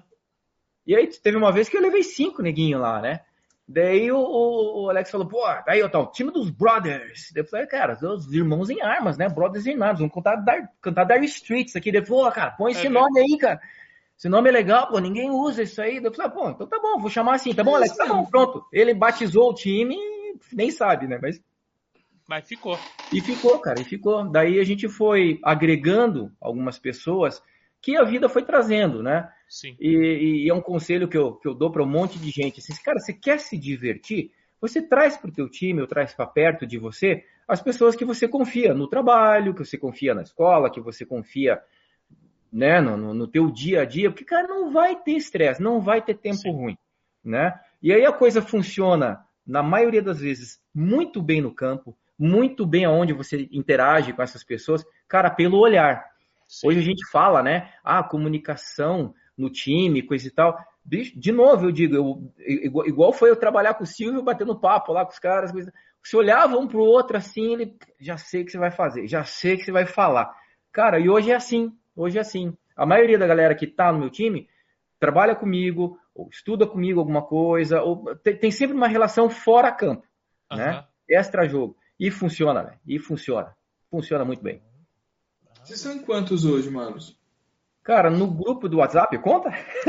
E aí teve uma vez que eu levei 5 neguinhos lá, né? Daí o Alex falou, pô, aí ó, tá, o time dos Brothers. Daí eu falei, cara, os irmãos em armas, né? Brothers in Arms, vamos cantar Dire Streets aqui. Daí ele falou, cara, põe esse nome aí, cara. Esse nome é legal, pô, ninguém usa isso aí. Daí eu falei, pô, então tá bom, vou chamar assim. Tá bom, Alex? Tá bom, pronto. Ele batizou o time, nem sabe, né? Mas ficou. E ficou, cara, e ficou. Daí a gente foi agregando algumas pessoas que a vida foi trazendo, né? Sim. E é um conselho que eu dou para um monte de gente. Assim, cara, você quer se divertir? Você traz para o teu time, ou traz para perto de você, as pessoas que você confia no trabalho, que você confia na escola, que você confia, né, no teu dia a dia, porque, cara, não vai ter estresse, não vai ter tempo ruim, né? E aí a coisa funciona, na maioria das vezes, muito bem no campo, muito bem aonde você interage com essas pessoas, cara, pelo olhar. Sim. Hoje a gente fala, né, comunicação no time, coisa e tal. De novo, eu digo, igual foi eu trabalhar com o Silvio, batendo papo lá com os caras, se olhava um pro outro assim, ele, já sei o que você vai fazer, já sei o que você vai falar. Cara, e hoje é assim. A maioria da galera que tá no meu time trabalha comigo, ou estuda comigo alguma coisa, ou tem sempre uma relação fora campo, né? Extra-jogo. E funciona, né? Funciona muito bem. Vocês são em quantos hoje, Marlos? Cara, no grupo do WhatsApp, conta?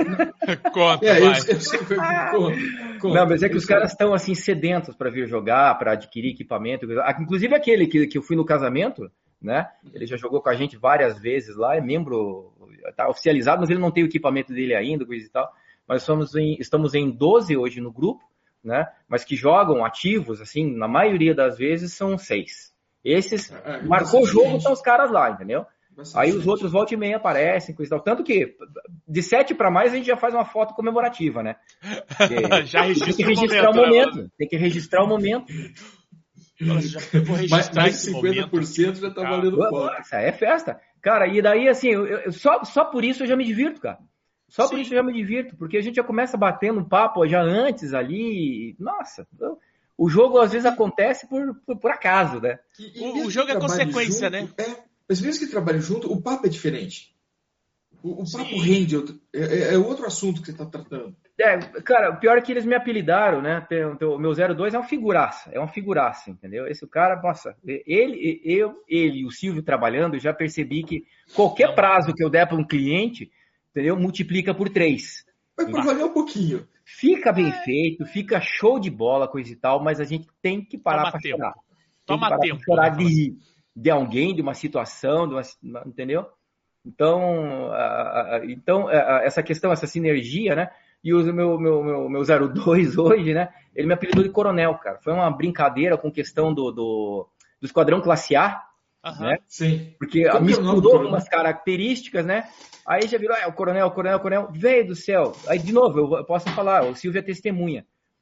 Conta, eu sei que conta. Não, mas é que os caras estão assim sedentos para vir jogar, para adquirir equipamento. Inclusive aquele que eu fui no casamento, né? Ele já jogou com a gente várias vezes lá, é membro, tá oficializado, mas ele não tem o equipamento dele ainda, coisa e tal. Mas estamos em 12 hoje no grupo, né? Mas que jogam ativos, assim, na maioria das vezes são 6. Esses, marcou o jogo, estão os caras lá, entendeu? Aí os outros volta e meia aparecem, coisa e tal. Tanto que de 7 para mais a gente já faz uma foto comemorativa, né? Já tem que registrar o momento. Tem que registrar o momento. Nossa, mais de 50% já tá valendo foto. Nossa, é festa. Cara, e daí assim, só por isso eu já me divirto, cara. Por isso eu já me divirto, porque a gente já começa batendo um papo já antes ali. Nossa, o jogo às vezes acontece por acaso, né? O jogo é consequência, junto, né? Mas mesmo que trabalhe junto, o papo é diferente. O papo rende, é outro assunto que você está tratando. Cara, o pior é que eles me apelidaram, né? O meu 02 é uma figuraça, entendeu? Esse cara, nossa, ele e o Silvio trabalhando, eu já percebi que qualquer prazo que eu der para um cliente, entendeu? Multiplica por 3. Vai por valer um pouquinho. Fica bem feito, fica show de bola, coisa e tal, mas a gente tem que parar para chorar. Toma tempo. Chorar de alguém, de uma situação, entendeu? Então, essa questão, essa sinergia, né? E o meu 02 hoje, né? Ele me apelidou de coronel, cara. Foi uma brincadeira com questão do Esquadrão Classe A, né? Sim. Porque misturou algumas características, né? Aí já virou, o coronel, velho do céu. Aí, de novo, eu posso falar, o Silvio é testemunha.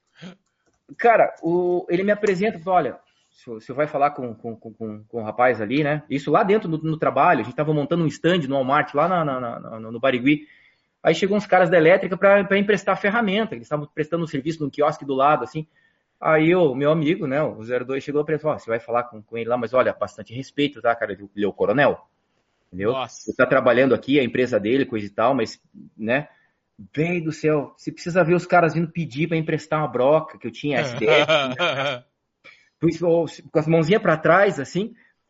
Cara, ele me apresenta, olha, você vai falar com o rapaz ali, né? Isso lá dentro no trabalho, a gente tava montando um stand no Walmart, lá no Barigui. Aí chegou uns caras da elétrica para emprestar ferramenta, eles estavam prestando um serviço num quiosque do lado, assim. Aí o meu amigo, né, o 02, chegou para ele e falou, você vai falar com ele lá, mas olha, bastante respeito, tá, cara? Ele é o coronel, entendeu? Nossa. Ele tá trabalhando aqui, a empresa dele, coisa e tal, mas, né? Velho do céu, você precisa ver os caras vindo pedir para emprestar uma broca, que eu tinha SDF, né? Com as mãozinhas para trás, assim.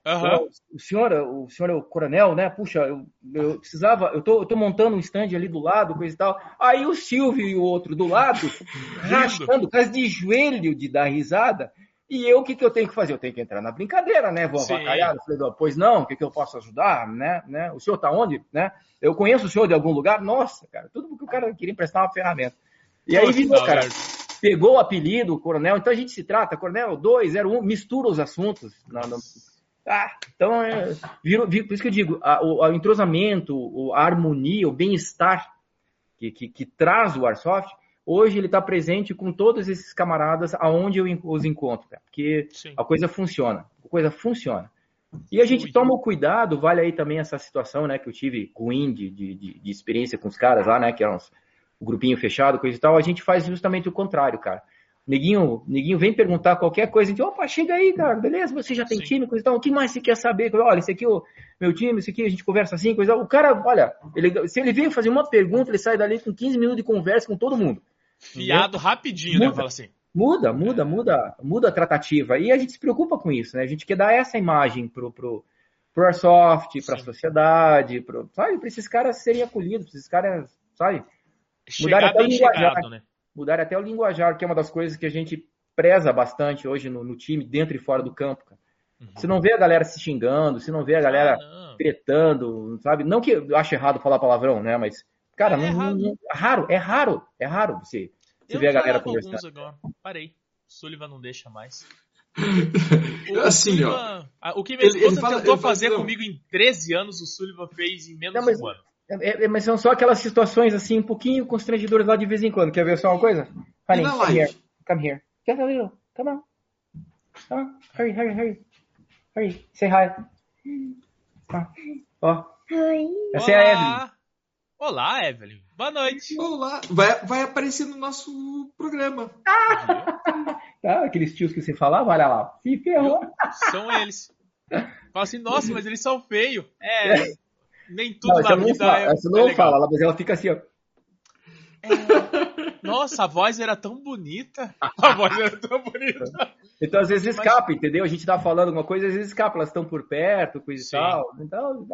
O senhor é o coronel, né? Puxa, eu precisava... Eu tô montando um stand ali do lado, coisa e tal. Aí o Silvio e o outro do lado, rachando, quase de joelho de dar risada. E eu, o que eu tenho que fazer? Eu tenho que entrar na brincadeira, né? Vou avacalhar. Eu falei, pois não, o que eu posso ajudar, né? O senhor tá onde, né? Eu conheço o senhor de algum lugar? Nossa, cara, tudo porque o cara queria emprestar uma ferramenta. E aí virou, cara, pegou o apelido, o coronel, então a gente se trata, coronel 201, mistura os assuntos. Então, por isso que eu digo, o entrosamento, a harmonia, o bem-estar que traz o Airsoft, hoje ele está presente com todos esses camaradas aonde eu os encontro, cara, porque a coisa funciona, E a gente toma o cuidado, vale aí também essa situação, né, que eu tive ruim de experiência com os caras lá, né, que eram o grupinho fechado, coisa e tal, a gente faz justamente o contrário, cara. Neguinho vem perguntar qualquer coisa, a gente, opa, chega aí, cara, beleza, você já tem time, coisa e tal, o que mais você quer saber? Olha, esse aqui é o meu time, esse aqui a gente conversa assim, coisa e tal. O cara, olha, se ele vem fazer uma pergunta, ele sai dali com 15 minutos de conversa com todo mundo. Fiado rapidinho, né? Fala assim. Muda a tratativa. E a gente se preocupa com isso, né? A gente quer dar essa imagem pro Airsoft, pra sociedade, sabe? Pra esses caras serem acolhidos, pra esses caras, sabe? Mudar até o linguajar, né? Mudar até o linguajar, que é uma das coisas que a gente preza bastante hoje no time, dentro e fora do campo, cara. Você não vê a galera se xingando, você não vê a galera tretando, sabe? Não que eu ache errado falar palavrão, né? Mas, cara, é raro você ver a galera conversando. Agora. Parei. O Sullivan não deixa mais. Assim, Sullivan, o que minha esposa tentou fazer comigo em 13 anos, o Sullivan fez em menos de um ano. Mas são só aquelas situações assim, um pouquinho constrangedoras lá de vez em quando. Quer ver só uma coisa? Honey, come here. Just a little. Come on. Hurry. Say hi. Ó. Essa é a Evelyn. Olá, Evelyn. Boa noite. Olá. Vai aparecer no nosso programa. Aqueles tios que você falava, olha lá. Se ferrou. São eles. Fala assim, nossa, mas eles são feios. Nem tudo na vida essa não fala, mas ela fica assim, ó. Nossa, a voz era tão bonita. Então, às vezes escapa, entendeu? A gente tá falando uma coisa, às vezes escapa. Elas estão por perto, coisa e tal. Então,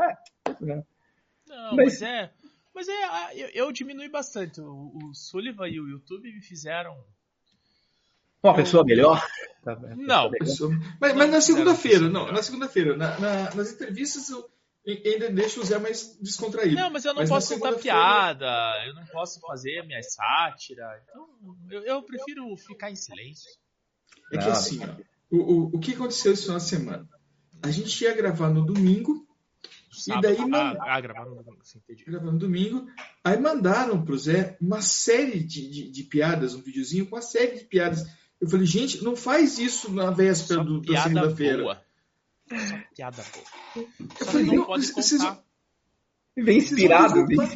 Mas eu diminui bastante. O Sullivan e o YouTube me fizeram... Uma pessoa melhor? Não. Mas na segunda-feira, nas entrevistas eu ainda deixo o Zé mais descontraído. Não, mas eu não posso contar piada, eu não posso fazer minha sátira. Então, eu prefiro ficar em silêncio. É que assim, ó, o que aconteceu esse final de semana? A gente ia gravar no domingo, sábado, e daí gravar no domingo, sim, entendi. Gravar no domingo, aí mandaram pro Zé uma série de piadas, um videozinho com uma série de piadas. Eu falei, gente, não faz isso na véspera da segunda-feira. Boa. Só piada boa. Eu falei, não pode contar. Bem inspirado.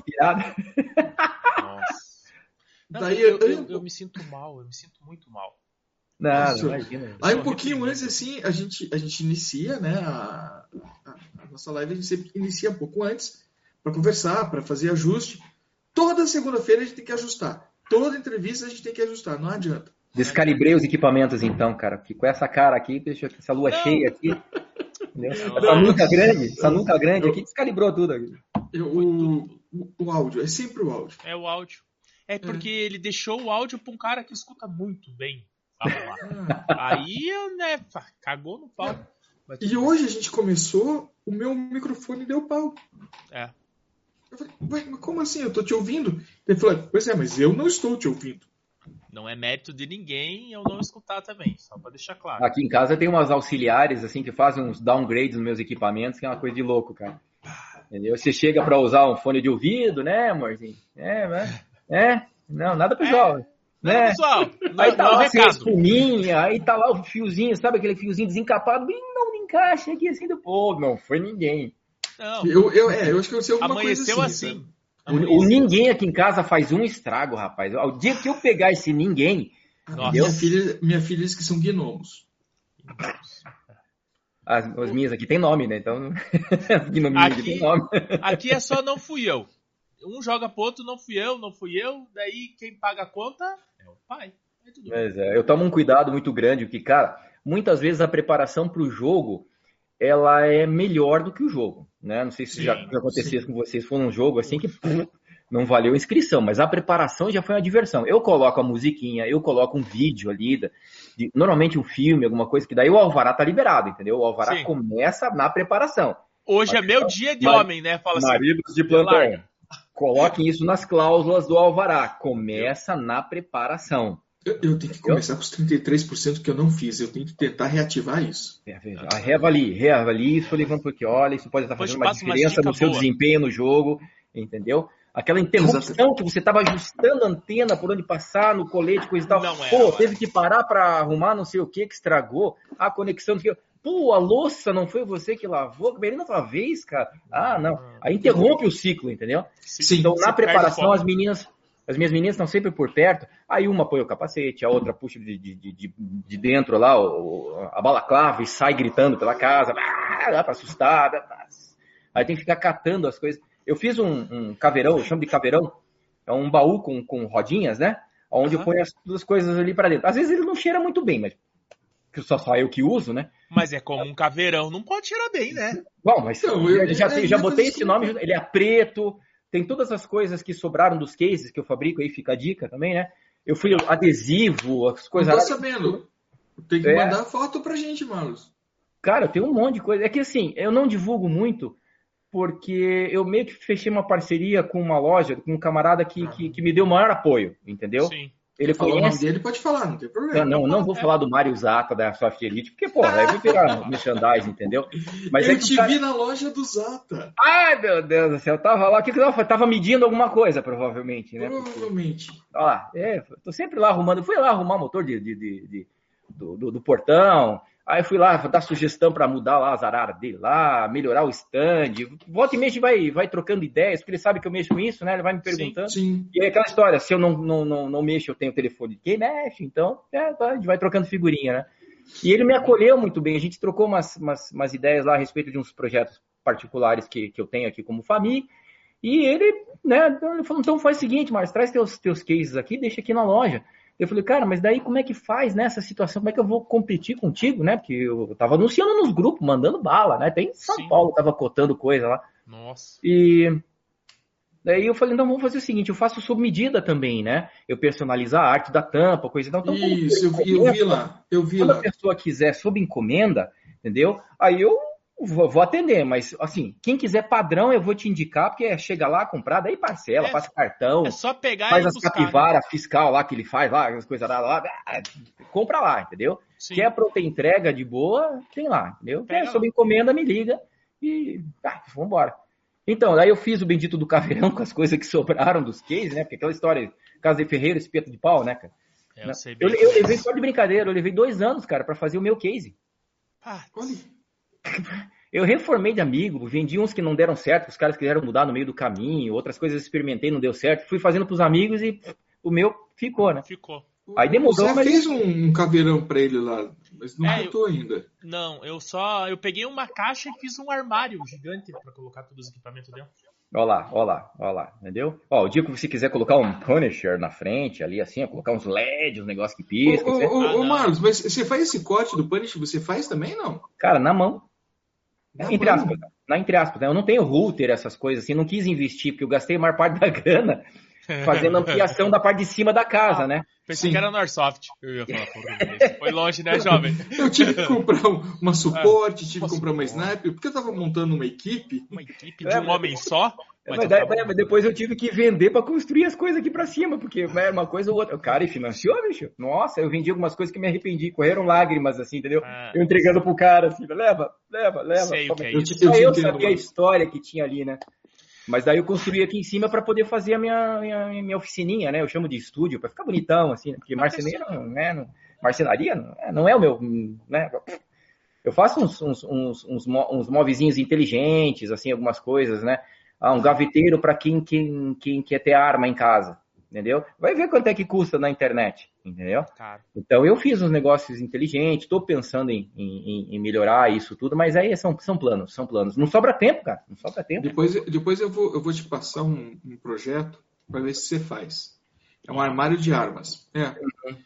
Nossa. Não, daí eu me sinto mal, eu me sinto muito mal. Não, imagina. Aí um pouquinho antes, assim, a gente inicia, né, a nossa live, a gente sempre inicia um pouco antes, para conversar, para fazer ajuste. Toda segunda-feira a gente tem que ajustar. Toda entrevista a gente tem que ajustar, não adianta. Descalibrei os equipamentos então, cara, porque com essa cara aqui, deixa essa lua cheia aqui, essa nuca grande aqui, descalibrou tudo aqui. O áudio, é sempre o áudio. É o áudio. É porque ele deixou o áudio para um cara que escuta muito bem. Aí, né, cagou no pau. E hoje a gente começou, o meu microfone deu pau. Eu falei, mas como assim? Eu tô te ouvindo? Ele falou, pois é, mas eu não estou te ouvindo. Não é mérito de ninguém eu não escutar também, só pra deixar claro. Aqui em casa tem umas auxiliares, assim, que fazem uns downgrades nos meus equipamentos, que é uma coisa de louco, cara. Entendeu? Você chega pra usar um fone de ouvido, né, amorzinho? Não, nada pessoal. Né? Pessoal, aí tá lá sem espuminha, aí tá lá o fiozinho, sabe aquele fiozinho desencapado, bem não encaixa aqui assim do povo. Não foi ninguém. Não. Eu acho que eu sei alguma amanheceu coisa assim. O ninguém aqui em casa faz um estrago, rapaz. Ao dia que eu pegar esse ninguém... Minha filha diz que são gnomos. As minhas aqui tem nome, né? Então, aqui tem nome. Aqui é só não fui eu. Um joga pro outro, não fui eu. Daí quem paga a conta é o pai. Mas eu tomo um cuidado muito grande, porque, cara, muitas vezes a preparação pro jogo... ela é melhor do que o jogo, né? Não sei se já aconteceu sim. com vocês, foi um jogo assim que não valeu a inscrição, mas a preparação já foi uma diversão. Eu coloco a musiquinha, eu coloco um vídeo ali, normalmente um filme, alguma coisa, que daí o alvará tá liberado, entendeu? O alvará começa na preparação. Hoje é meu dia de homem, né? Fala assim. Maridos de plantão, coloquem isso nas cláusulas do alvará. Começa na preparação. Eu tenho que começar com os 33% que eu não fiz. Eu tenho que tentar reativar isso. Reavalie isso, Olivão, porque olha, isso pode estar fazendo uma diferença no seu desempenho no jogo, entendeu? Aquela interrupção que você estava ajustando a antena por onde passar, no colete, coisa e tal. Teve que parar para arrumar não sei o que estragou. A conexão... Pô, a louça não foi você que lavou? Ele não fala vez, cara. Ah, não. Aí interrompe o ciclo, entendeu? Sim, então, na preparação, as minhas meninas estão sempre por perto. Aí uma põe o capacete, a outra puxa de dentro lá a balaclava e sai gritando pela casa. Dá pra assustar. Aí tem que ficar catando as coisas. Eu fiz um caveirão, eu chamo de caveirão. É um baú com rodinhas, né? Onde eu ponho as duas coisas ali pra dentro. Às vezes ele não cheira muito bem, mas só eu que uso, né? Mas é como um caveirão, não pode cheirar bem, né? Bom, mas eu já botei esse nome, ele é preto, tem todas as coisas que sobraram dos cases que eu fabrico, aí fica a dica também, né? Eu fui adesivo, as coisas... Não tô sabendo. Tem que mandar foto pra gente, Marlos. Cara, eu tenho um monte de coisa. É que assim, eu não divulgo muito, porque eu meio que fechei uma parceria com uma loja, com um camarada que me deu o maior apoio, entendeu? Sim. Ele falou o nome dele, pode falar, não tem problema. Não vou falar do Mário Zata da Soft Elite, porque, pô, aí vai virar merchandising, entendeu? Mas eu te vi na loja do Zata. Ai, meu Deus do céu, eu tava lá, o que eu tava medindo alguma coisa, provavelmente, né? Provavelmente. Olha lá, tô sempre lá arrumando, fui lá arrumar o motor do portão, aí fui lá dar sugestão para mudar lá as araras dele lá, melhorar o stand. Volta e mexe vai trocando ideias, porque ele sabe que eu mexo com isso, né? Ele vai me perguntando. Sim. E aí aquela história, se eu não mexo, eu tenho o telefone de quem mexe, então a gente vai trocando figurinha, né? E ele me acolheu muito bem, a gente trocou umas ideias lá a respeito de uns projetos particulares que eu tenho aqui como família. E ele, né, ele falou, então faz o seguinte, Marcos, traz teus cases aqui, deixa aqui na loja. Eu falei, cara, mas daí como é que faz nessa situação? Como é que eu vou competir contigo, né? Porque eu tava anunciando nos grupos, mandando bala, né? Até em São Paulo tava cotando coisa lá. Nossa. E daí eu falei, então vamos fazer o seguinte, eu faço sob medida também, né? Eu personalizo a arte da tampa, coisa e tal. Então, isso, eu vi lá. Quando a pessoa quiser sob encomenda, entendeu? Aí eu vou atender, mas assim, quem quiser padrão eu vou te indicar, porque chega lá, comprar, daí parcela, passa cartão. É só pegar faz e as capivara fiscal lá que ele faz lá, as coisas lá, compra lá, entendeu? Sim. Quer pronta entrega de boa, tem lá, entendeu? Quer sob encomenda, me liga e vambora. Então, daí eu fiz o bendito do caveirão com as coisas que sobraram dos cases, né? Porque aquela história, casa de ferreiro, espeto de pau, né, cara? Eu levei só de brincadeira, eu levei 2 anos, cara, pra fazer o meu case. Olha. Eu reformei de amigo, vendi uns que não deram certo, os caras quiseram mudar no meio do caminho, outras coisas experimentei, não deu certo, fui fazendo pros amigos e o meu ficou, né? Ficou. Aí demorou, Você fez um caveirão pra ele lá, mas não botou ainda. Não, eu peguei uma caixa e fiz um armário gigante pra colocar todos os equipamentos dentro. Olha lá, entendeu? Ó, o dia que você quiser colocar um Punisher na frente ali, assim, colocar uns LEDs, uns negócios que piscam. Ô, Marlos, mas você faz esse corte do Punisher, você faz também, não? Cara, na mão. Entre aspas, né? Eu não tenho router, essas coisas assim, não quis investir, porque eu gastei a maior parte da grana fazendo ampliação da parte de cima da casa, né? Pensei que era no Airsoft. Eu ia falar, porra, foi longe, né, jovem? Eu tive que comprar uma suporte, tive que comprar uma sniper, porque eu tava montando uma equipe. Uma equipe de um homem só? Mas depois eu tive que vender pra construir as coisas aqui pra cima, porque era uma coisa ou outra. O cara financiou, bicho. Nossa, eu vendi algumas coisas que me arrependi, correram lágrimas, assim, entendeu? Eu entregando pro cara, assim, leva. Sei o que é isso. Eu sabia a história que tinha ali, né? Mas daí eu construí aqui em cima para poder fazer a minha oficininha, né? Eu chamo de estúdio, para ficar bonitão, assim, né? Porque marceneiro, né? Marcenaria não é o meu, né? Eu faço uns móvezinhos inteligentes, assim, algumas coisas, né? Um gaveteiro para quem quer ter arma em casa, entendeu? Vai ver quanto é que custa na internet, entendeu? Claro. Então eu fiz uns negócios inteligentes, estou pensando em melhorar isso tudo, mas aí são planos. Não sobra tempo, cara, não sobra tempo. Depois eu vou te passar um projeto para ver se você faz. É um armário de armas.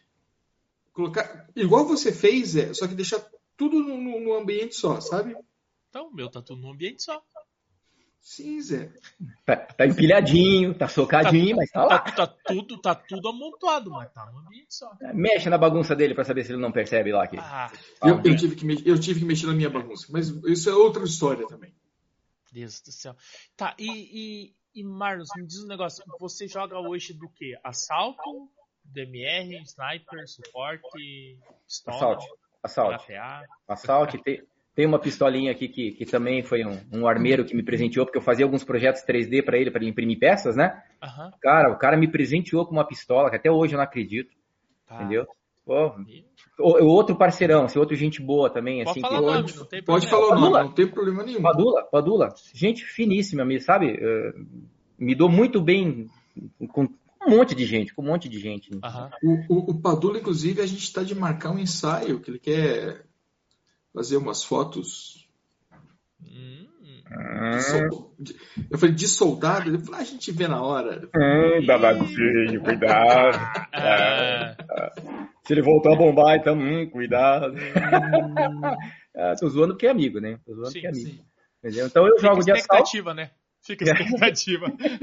Colocar igual você fez, só que deixar tudo no ambiente só, sabe? Então, o meu tá tudo num ambiente só. Sim, Zé. Tá empilhadinho, tá socadinho, mas tá lá. Tá tudo amontoado, mas tá num ambiente só. Mexe na bagunça dele pra saber se ele não percebe lá. Eu tive que mexer na minha bagunça, mas isso é outra história também. Deus do céu. Tá, e Marlos, me diz um negócio. Você joga hoje do quê? Assalto, DMR, sniper, suporte, pistola? Assalto. Tem uma pistolinha aqui que também foi um armeiro que me presenteou, porque eu fazia alguns projetos 3D para ele imprimir peças, né? Uhum. Cara, o cara me presenteou com uma pistola, que até hoje eu não acredito. Entendeu? Pô, outro parceirão, outro gente boa também. Pode assim, falar o nome, não tem problema. Pode falar o nome, não tem problema nenhum. Padula, gente finíssima, sabe? Me dou muito bem com um monte de gente. Uhum. O Padula, inclusive, a gente está de marcar um ensaio, que ele quer fazer umas fotos. Eu falei, de soldado? Ele falou, a gente vê na hora. Babaguinho, cuidado. Se ele voltar a bombar, então, cuidado. Tô zoando porque é amigo, né? Sim. Entendeu? Então eu jogo de assalto. Né? Fica expectativa.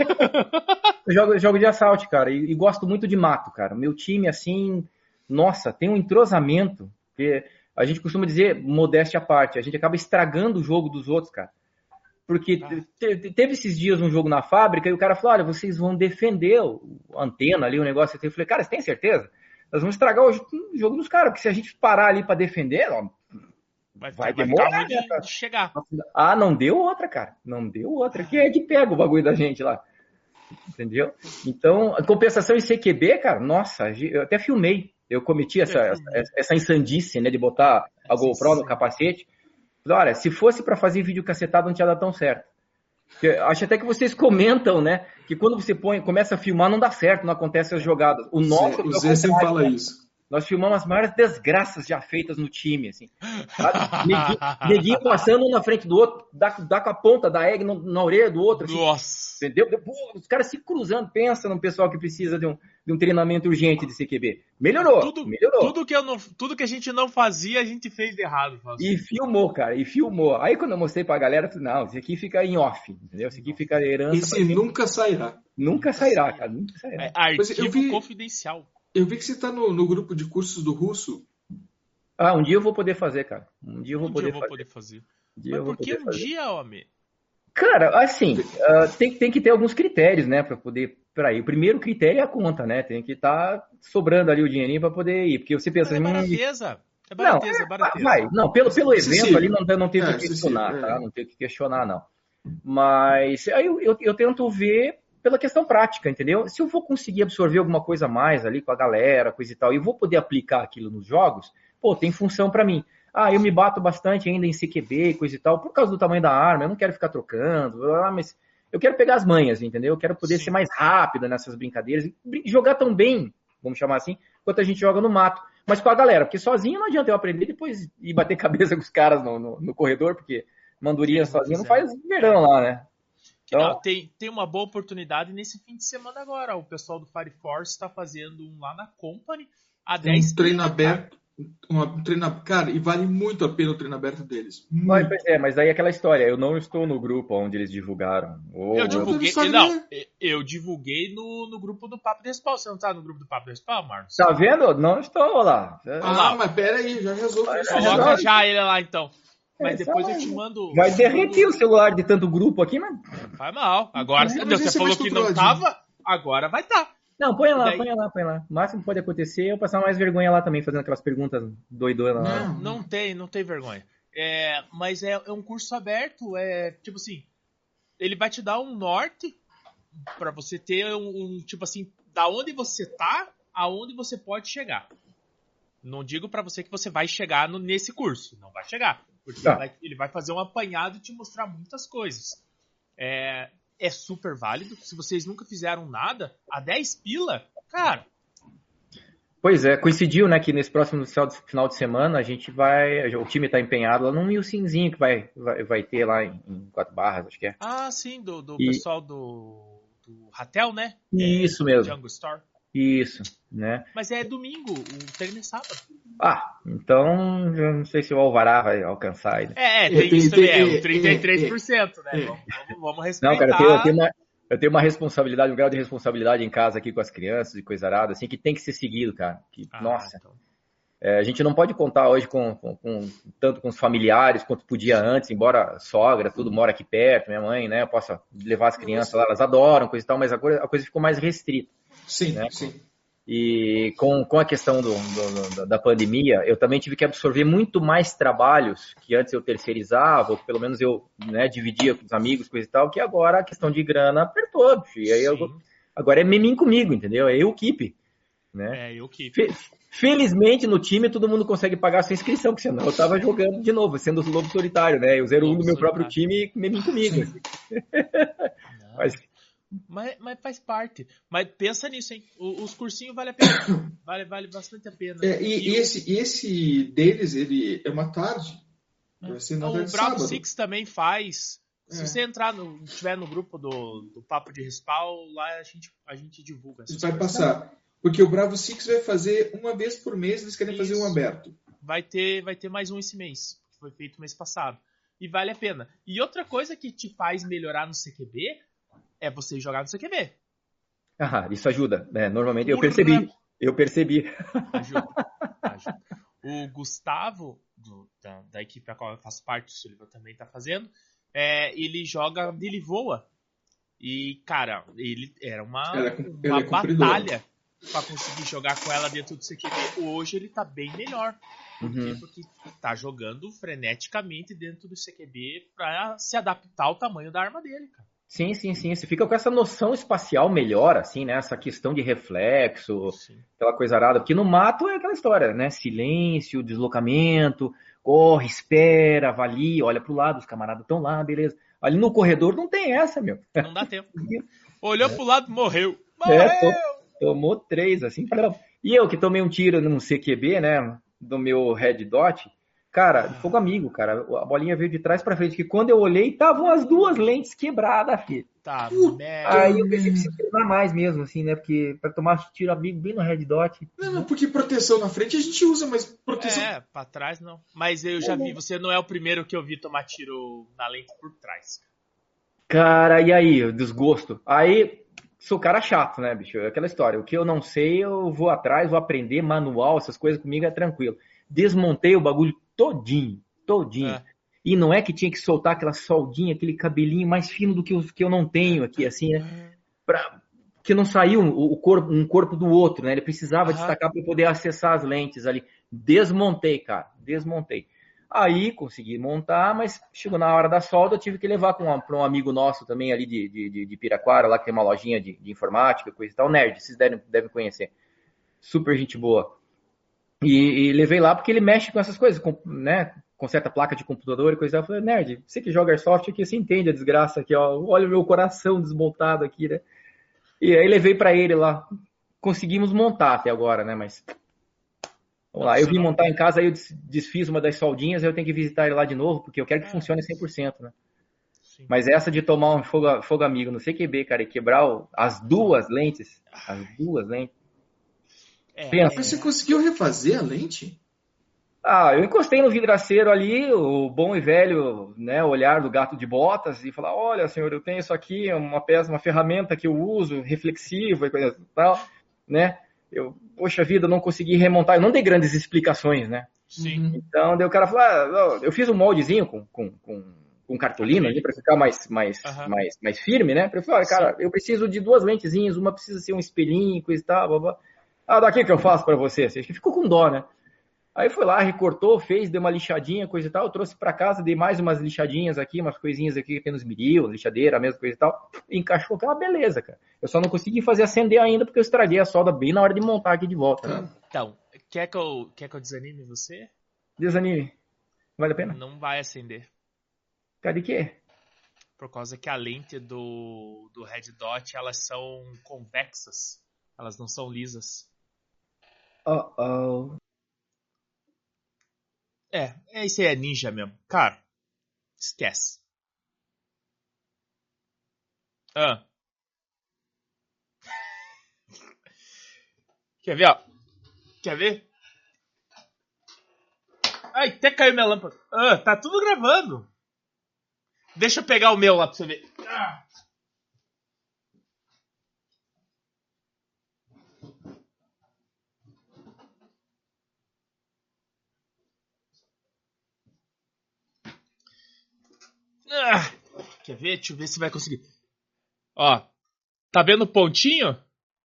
Eu jogo de assalto, cara, e gosto muito de mato, cara. O meu time, assim, nossa, tem um entrosamento, que a gente costuma dizer, modéstia à parte, a gente acaba estragando o jogo dos outros, cara. Porque teve esses dias um jogo na fábrica e o cara falou, olha, vocês vão defender a antena ali, o negócio. Eu falei, cara, você tem certeza? Nós vamos estragar o jogo dos caras, porque se a gente parar ali pra defender, ó, vai demorar, né, de chegar. Não deu outra, cara. Não deu outra. Quem é que pega o bagulho da gente lá? Entendeu? Então, a compensação em CQB, cara, nossa, eu até filmei. Eu cometi essa insandice, né, de botar a GoPro no capacete. Olha, se fosse para fazer vídeo cacetado, não tinha dado tão certo. Porque acho até que vocês comentam, né, que quando você começa a filmar, não dá certo, não acontece as jogadas. O Zé sempre fala isso. Nós filmamos as maiores desgraças já feitas no time, assim. Neguinho passando um na frente do outro, dá com a ponta da egg na orelha do outro. Assim, nossa! Entendeu? Os caras se cruzando. Pensa num pessoal que precisa de um treinamento urgente de CQB. Melhorou. Tudo que a gente não fazia, a gente fez de errado. E filmou, cara. Aí quando eu mostrei pra galera, eu falei, não, esse aqui fica em off. Entendeu? Esse aqui fica herança. Esse nunca sairá. Nunca sairá, cara. Nunca sairá. É arquivo confidencial. Eu vi que você está no grupo de cursos do russo. Um dia eu vou poder fazer, cara. Um dia eu vou poder fazer. Mas por que um dia, homem? Cara, assim, tem que ter alguns critérios, né, para poder ir. O primeiro critério é a conta, né? Tem que estar sobrando ali o dinheirinho para poder ir. Porque você pensa... É barateza. É barateza. Vai. Não, pelo evento ali não tem o que questionar, tá? Não tem o que questionar, não. Mas aí eu tento ver pela questão prática, entendeu? Se eu vou conseguir absorver alguma coisa a mais ali com a galera, coisa e tal, e vou poder aplicar aquilo nos jogos, tem função para mim. Eu me bato bastante ainda em CQB, coisa e tal, por causa do tamanho da arma, eu não quero ficar trocando, mas eu quero pegar as manhas, entendeu? Eu quero poder ser mais rápido nessas brincadeiras e jogar tão bem, vamos chamar assim, quanto a gente joga no mato. Mas com a galera, porque sozinho não adianta eu aprender depois e bater cabeça com os caras no corredor, porque mandurinha sozinha não faz verão lá, né? Então... Não, tem uma boa oportunidade nesse fim de semana agora. O pessoal do Fire Force está fazendo um lá na Company a 10 treino aberto. Cara, e vale muito a pena o treino aberto deles. Mas aí é aquela história, eu não estou no grupo onde eles divulgaram. Eu divulguei no grupo do Papo de Respawn. Você não tá no grupo do Papo de Respawn, Marcos? Tá vendo? Não estou lá. Mas pera aí, já resolve. Coloca já ele lá então. Mas depois eu te mando... Vai derreter o celular de tanto grupo aqui, mas... Vai mal. Agora, você falou que não tava, agora vai estar. Não, põe lá. O máximo que pode acontecer é eu passar mais vergonha lá também, fazendo aquelas perguntas doidonas lá. Não tem vergonha. Mas é um curso aberto, tipo assim, ele vai te dar um norte pra você ter tipo assim, da onde você tá, aonde você pode chegar. Não digo pra você que você vai chegar nesse curso, não vai chegar. Porque ele vai fazer um apanhado e te mostrar muitas coisas. É super válido. Se vocês nunca fizeram nada, a 10 pila, cara... Pois é, coincidiu, né, que nesse próximo final de semana a gente o time tá empenhado lá num Milsimzinho que vai ter lá em 4 Barras, acho que é. Sim, do pessoal do Ratel, né? Isso mesmo. Jungle Store. Isso, né? Mas é domingo, o treino é sábado. Então eu não sei se o Alvará vai alcançar ele. Tem isso também, o 33%, né? Vamos respeitar. Não, cara, eu tenho uma responsabilidade, um grau de responsabilidade em casa aqui com as crianças e coisa arada, assim, que tem que ser seguido, cara. Nossa. Então. A gente não pode contar hoje tanto com os familiares quanto podia antes, embora sogra, tudo mora aqui perto, minha mãe, né? Eu possa levar as crianças lá, elas adoram, coisa e tal, mas a coisa ficou mais restrita. Sim, né? sim. E com a questão da pandemia, eu também tive que absorver muito mais trabalhos que antes eu terceirizava, ou pelo menos eu dividia com os amigos, coisa e tal, que agora a questão de grana apertou. E aí agora é mimim comigo, entendeu? É eu keep. Né? Eu keep. Felizmente no time todo mundo consegue pagar a sua inscrição, porque senão eu tava jogando de novo, sendo o lobo solitário, né? Eu 0-1 do meu próprio time, mimim comigo. Mas faz parte. Mas pensa nisso, hein? Os cursinhos vale a pena. Vale bastante a pena. Esse deles, ele é uma tarde. Vai ser na tarde o Bravo sábado. Six também faz. Se você estiver no grupo do Papo de Respawn, lá a gente divulga. A gente vai passar. Porque o Bravo Six vai fazer uma vez por mês, eles querem fazer um aberto. Vai ter mais um esse mês. Foi feito mês passado. E vale a pena. E outra coisa que te faz melhorar no CQB é você jogar no CQB. Isso ajuda. Né? Normalmente eu percebi. Ajuda. O Gustavo, da equipe a qual eu faço parte, o Sullivan também está fazendo, ele joga de Livoa. E, cara, ele era uma batalha para conseguir jogar com ela dentro do CQB. Hoje ele tá bem melhor. Por quê? Porque tá jogando freneticamente dentro do CQB para se adaptar ao tamanho da arma dele, cara. Sim. Você fica com essa noção espacial melhor, assim, né? Essa questão de reflexo, aquela coisa arada. Porque no mato é aquela história, né? Silêncio, deslocamento, corre, espera, avalia, olha pro lado, os camaradas estão lá, beleza. Ali no corredor não tem essa, meu. Não dá tempo. Olhou pro lado, morreu. Tomou 3, assim. E eu que tomei um tiro no CQB, né? Do meu Red Dot. Cara, de fogo amigo, cara. A bolinha veio de trás pra frente. Que quando eu olhei, estavam as duas lentes quebradas, filho. Tá, aí eu pensei que se treinar mais mesmo, assim, né? Porque pra tomar tiro amigo bem no Red Dot. Não, porque proteção na frente a gente usa, mas proteção... pra trás não. Mas eu já vi, você não é o primeiro que eu vi tomar tiro na lente por trás. Cara, e aí? O desgosto. Aí, sou cara chato, né, bicho? É aquela história. O que eu não sei, eu vou atrás, vou aprender manual, essas coisas comigo é tranquilo. Desmontei o bagulho todinho. E não é que tinha que soltar aquela soldinha, aquele cabelinho mais fino do que eu não tenho aqui, assim, né? Que não saiu um corpo do outro, né? Ele precisava destacar para poder acessar as lentes ali. Desmontei, cara. Aí consegui montar, mas chegou na hora da solda, eu tive que levar para um amigo nosso também ali de Piraquara, lá que tem uma lojinha de informática, coisa e tal, Nerd, vocês devem conhecer. Super gente boa. E levei lá porque ele mexe com essas coisas, né? Conserta placa de computador e coisa e tal. Eu falei, Nerd, você que joga Airsoft aqui, você entende a desgraça aqui, ó. Olha o meu coração desmontado aqui, né? E aí levei para ele lá. Conseguimos montar até agora, né? Mas vamos lá. Eu vim montar em casa, aí eu desfiz uma das soldinhas, aí eu tenho que visitar ele lá de novo, porque eu quero que funcione 100%, né? Sim. Mas essa de tomar um fogo amigo no CQB, cara, e quebrar as duas lentes. Mas você conseguiu refazer a lente? Eu encostei no vidraceiro ali, o bom e velho, né, olhar do gato de botas e falar, olha, senhor, eu tenho isso aqui, uma ferramenta que eu uso, reflexiva e coisa e tal, né? Poxa vida, não consegui remontar, eu não dei grandes explicações, né? Sim. Então, daí o cara falou, eu fiz um moldezinho com cartolina ali para ficar mais firme, né? Eu falei, cara, eu preciso de duas lentezinhas, uma precisa ser um espelhinho, coisa e tal, blá, blá. Daqui que eu faço para você. Acho que ficou com dó, né? Aí foi lá, recortou, fez, deu uma lixadinha, coisa e tal. Eu trouxe para casa, dei mais umas lixadinhas aqui, umas coisinhas aqui que tem nos miril, lixadeira, a mesma coisa e tal. Encaixou aquela beleza, cara. Eu só não consegui fazer acender ainda porque eu estraguei a solda bem na hora de montar aqui de volta. Né? Então, quer que eu desanime você? Desanime. Vale a pena? Não vai acender. Cadê quê? Por causa que a lente do Red Dot, elas são convexas. Elas não são lisas. Esse aí é ninja mesmo. Cara, esquece. Quer ver, ó? Quer ver? Ai, até caiu minha lâmpada. Tá tudo gravando. Deixa eu pegar o meu lá pra você ver. Quer ver? Deixa eu ver se vai conseguir. Ó, tá vendo o pontinho?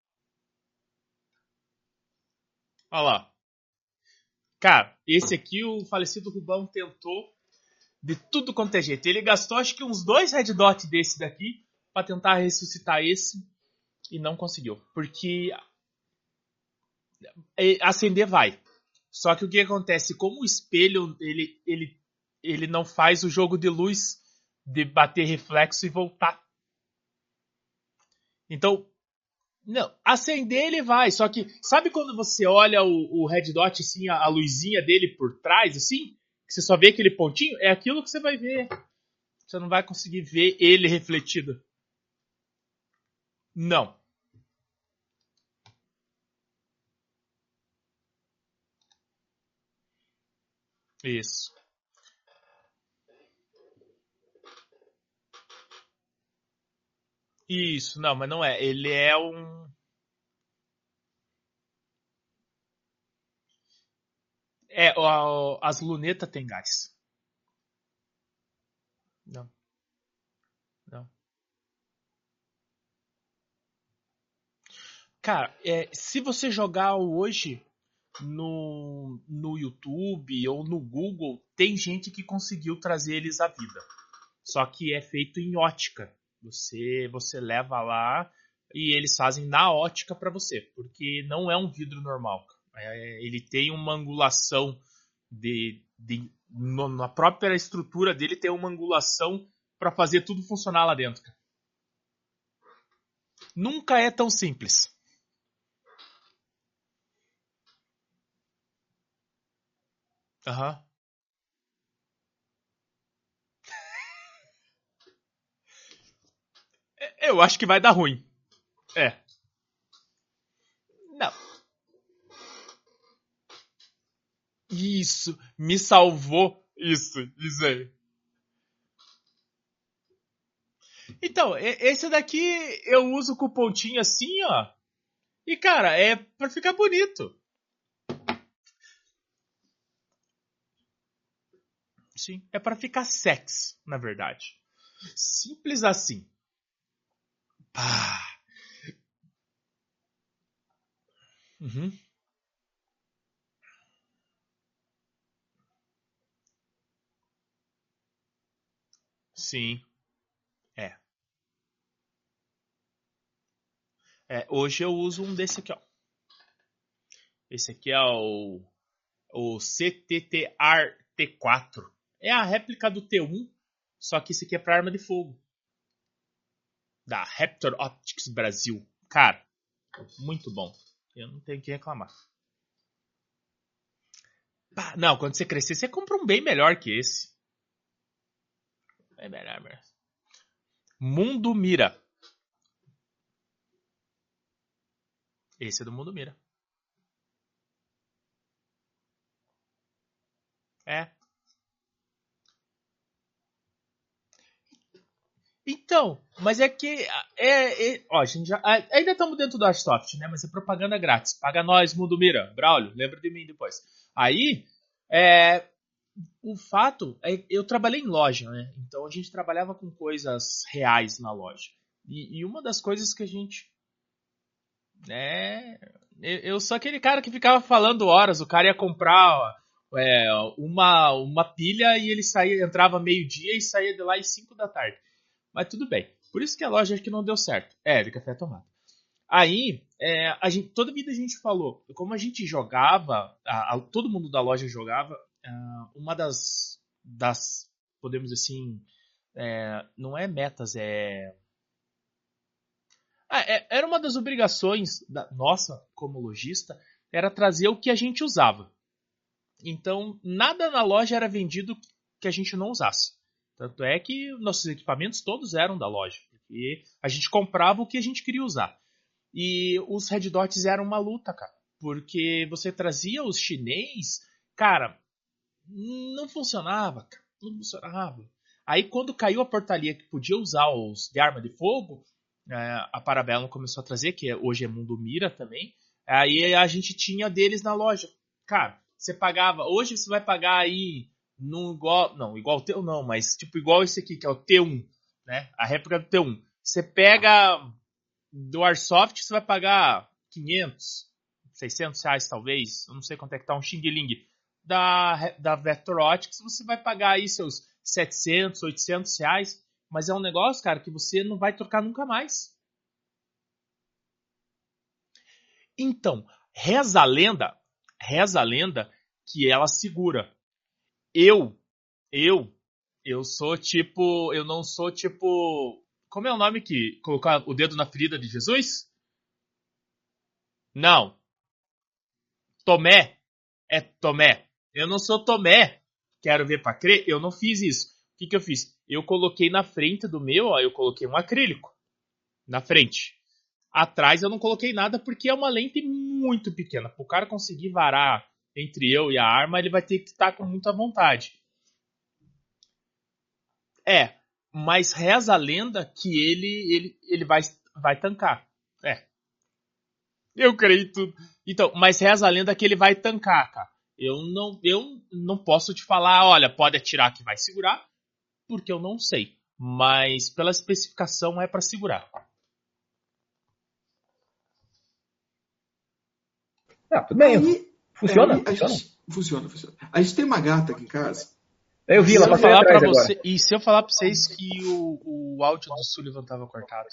Olha lá. Cara, esse aqui o falecido Rubão tentou de tudo quanto é jeito. Ele gastou acho que uns 2 red dot desse daqui pra tentar ressuscitar esse e não conseguiu. Porque acender vai. Só que o que acontece? Como o espelho ele não faz o jogo de luz de bater reflexo e voltar. Então, não, acender ele vai. Só que, sabe quando você olha o red dot, assim, a luzinha dele por trás, assim? Que você só vê aquele pontinho? É aquilo que você vai ver. Você não vai conseguir ver ele refletido. Não. Isso. Isso, não, mas não é. Ele é um. As lunetas têm gás. Não, não. Cara, se você jogar hoje no YouTube ou no Google, tem gente que conseguiu trazer eles à vida. Só que é feito em ótica. Você leva lá e eles fazem na ótica para você, porque não é um vidro normal. Ele tem uma angulação na própria estrutura dele tem uma angulação para fazer tudo funcionar lá dentro. Nunca é tão simples. Aham. Eu acho que vai dar ruim. Não. Isso. Me salvou. Isso aí. Então, esse daqui eu uso com o pontinho assim, ó. E, cara, é pra ficar bonito. Sim. É pra ficar sexy, na verdade. Simples assim. Pá. Uhum. Sim. É. Hoje eu uso um desse aqui, ó. Esse aqui é o CTTR T4. É a réplica do T1, só que esse aqui é para arma de fogo. Da Raptor Optics Brasil. Cara, muito bom. Eu não tenho que reclamar. Não, quando você crescer, você compra um bem melhor que esse. É melhor mesmo. Mundo Mira. Esse é do Mundo Mira. Então, mas é que. Ó, a gente ainda estamos dentro do Airsoft, né? Mas é propaganda grátis. Paga nós, Mundo Mira. Braulio, lembra de mim depois. Aí, o fato é eu trabalhei em loja, né? Então a gente trabalhava com coisas reais na loja. E uma das coisas que a gente. Eu sou aquele cara que ficava falando horas. O cara ia comprar uma pilha e ele entrava meio-dia e saía de lá às 5 da tarde. Mas tudo bem. Por isso que a loja acho que não deu certo. De café tomado. Aí, toda vida a gente falou, como a gente jogava, todo mundo da loja jogava, uma das podemos assim, não é metas, era uma das obrigações nossa como lojista, era trazer o que a gente usava. Então, nada na loja era vendido que a gente não usasse. Tanto é que nossos equipamentos todos eram da loja. Porque a gente comprava o que a gente queria usar. E os Red Dots eram uma luta, cara. Porque você trazia os chinês, cara, não funcionava, cara. Não funcionava. Aí quando caiu a portaria que podia usar os de arma de fogo, a Parabellum começou a trazer, que hoje é Mundo Mira também. Aí a gente tinha deles na loja. Cara, você pagava, hoje você vai pagar aí no igual, não, igual o teu não, mas tipo igual esse aqui, que é o T1, né? A réplica do T1. Você pega do Airsoft, você vai pagar 500, 600 reais talvez, eu não sei quanto é que tá um Xing Ling. Da Vector Optics, você vai pagar aí seus 700, 800 reais, mas é um negócio, cara, que você não vai trocar nunca mais. Então, reza a lenda que ela segura. Eu sou tipo, eu não sou tipo, como é o nome que colocar o dedo na ferida de Jesus? Não. Tomé. É Tomé. Eu não sou Tomé. Quero ver pra crer. Eu não fiz isso. O que eu fiz? Eu coloquei na frente do meu, ó, eu coloquei um acrílico. Na frente. Atrás eu não coloquei nada porque é uma lente muito pequena. Para o cara conseguir varar entre eu e a arma, ele vai ter que estar com muita vontade. Mas reza a lenda que ele vai tancar. Eu creio tudo. Então, mas reza a lenda que ele vai tancar, cara. Eu não posso te falar, olha, pode atirar que vai segurar, porque eu não sei. Mas pela especificação é para segurar. Tudo bem. Funciona? Funciona. A gente tem uma gata aqui em casa. Eu vi, ela passou atrás agora. E se eu falar pra vocês que o áudio do Sullivan tava cortado?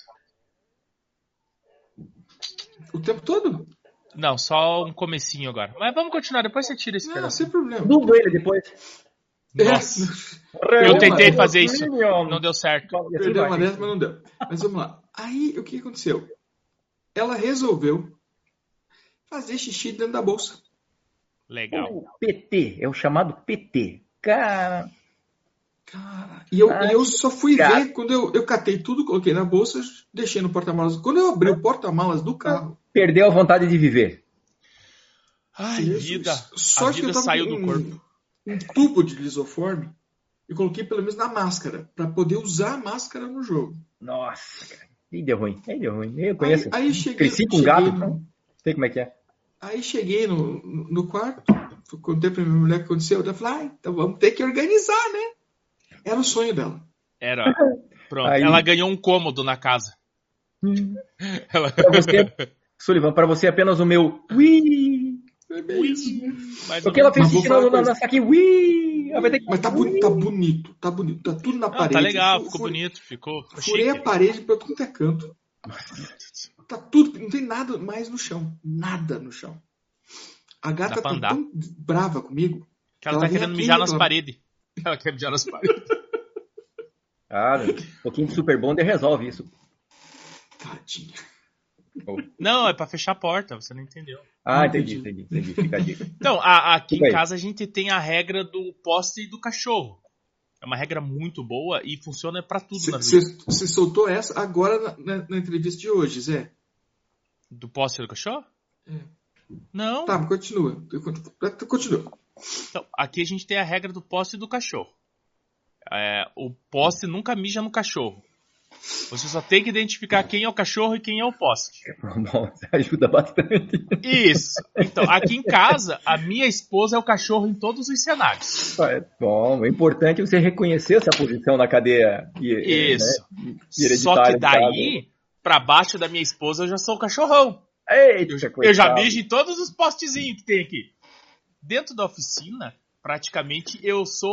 O tempo todo? Não, só um comecinho agora. Mas vamos continuar, depois você tira esse pedaço. Sem problema. Dublo ele depois. Nossa. Eu tentei fazer isso, não deu certo. Perdeu uma dessa, mas não deu. Mas vamos lá. Aí, o que aconteceu? Ela resolveu fazer xixi dentro da bolsa. Legal. O PT, é o chamado PT. Cara, e eu só fui ver quando eu catei tudo, coloquei na bolsa, deixei no porta-malas. Quando eu abri o porta-malas do carro... Perdeu a vontade de viver. Ai, vida. Só que eu tava saiu do corpo. Um tubo de lisoforme e coloquei pelo menos na máscara, para poder usar a máscara no jogo. Nossa, cara. Aí deu ruim. Eu conheço. Aí cresci com gato, não sei como é que é. Aí cheguei no quarto, contei pra minha mulher o que aconteceu. Ela falou, então vamos ter que organizar, né? Era o sonho dela. Era. Pronto. Aí... Ela ganhou um cômodo na casa. Pra você, Sullivan, para você apenas o meu Porque ela fez xixi na saquinha. Mas tá bonito. Tá tudo na parede. Tá legal, ficou bonito. Ficou furei chique. A parede pra tudo que é canto. Tá tudo, não tem nada mais no chão. Nada no chão. A gata tá tão brava comigo. Que ela tá querendo mijar nas paredes. Ela quer mijar nas paredes. Um pouquinho de Super Bonder resolve isso. Tadinha. Não, é pra fechar a porta, você não entendeu. Entendi. Fica a dica. Então, aqui em casa a gente tem a regra do poste e do cachorro. É uma regra muito boa e funciona pra tudo na vida. Você soltou essa agora na entrevista de hoje, Zé? Do poste e do cachorro? Não. Tá, continua. Então, aqui a gente tem a regra do poste e do cachorro. O poste nunca mija no cachorro. Você só tem que identificar quem é o cachorro e quem é o poste. Bom, ajuda bastante. Isso. Então, aqui em casa, a minha esposa é o cachorro em todos os cenários. Bom, é importante você reconhecer essa posição na cadeia. Isso. Né, só que daí, pra baixo da minha esposa, eu já sou o cachorrão. Eita, eu já mijo em todos os postezinhos que tem aqui. Dentro da oficina, praticamente, eu sou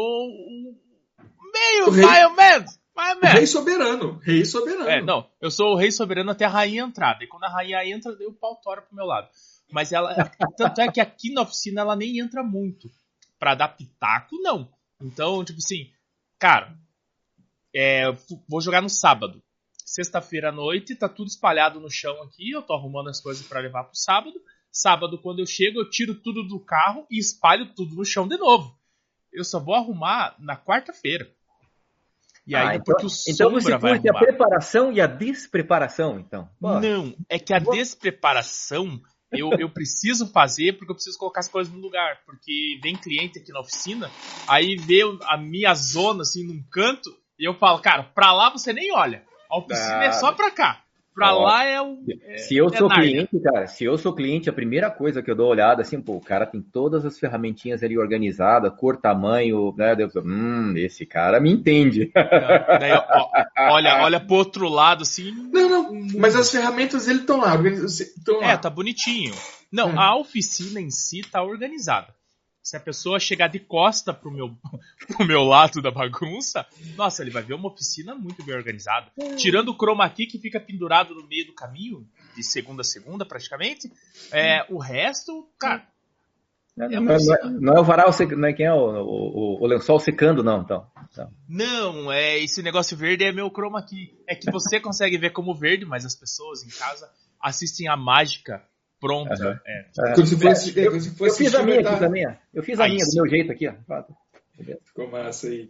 mais ou menos. Rei soberano. Não, eu sou o rei soberano até a rainha entrar. E quando a rainha entra, daí o pau tora pro meu lado. Mas tanto é que aqui na oficina ela nem entra muito. Pra dar pitaco, não. Então, tipo assim, cara, vou jogar no sábado. Sexta-feira à noite, tá tudo espalhado no chão aqui. Eu tô arrumando as coisas pra levar pro sábado. Sábado, quando eu chego, eu tiro tudo do carro e espalho tudo no chão de novo. Eu só vou arrumar na quarta-feira. E aí, porque o então você curte a preparação e a despreparação, então? Não, é que a despreparação eu preciso fazer porque eu preciso colocar as coisas no lugar. Porque vem cliente aqui na oficina, aí vê a minha zona assim num canto, e eu falo, cara, pra lá você nem olha. A oficina é só pra cá. Pra lá é o. Se eu sou cliente, cara, a primeira coisa que eu dou uma olhada, assim, pô, o cara tem todas as ferramentinhas ali organizadas, cor, tamanho, né? Esse cara me entende. Daí, olha pro outro lado, assim. Não, mas as ferramentas ele estão lá, tá bonitinho. Não, a oficina em si tá organizada. Se a pessoa chegar de costa pro meu lado da bagunça, nossa, ele vai ver uma oficina muito bem organizada. Tirando o chroma key que fica pendurado no meio do caminho, de segunda a segunda praticamente, o resto, cara... Não é o varal, não é quem é o lençol secando, não, então. Não, esse negócio verde é meu chroma key. É que você consegue ver como verde, mas as pessoas em casa assistem a mágica pronta. Eu fiz a minha aqui também, ó. Eu fiz a minha do meu jeito aqui, ó. Ficou massa aí.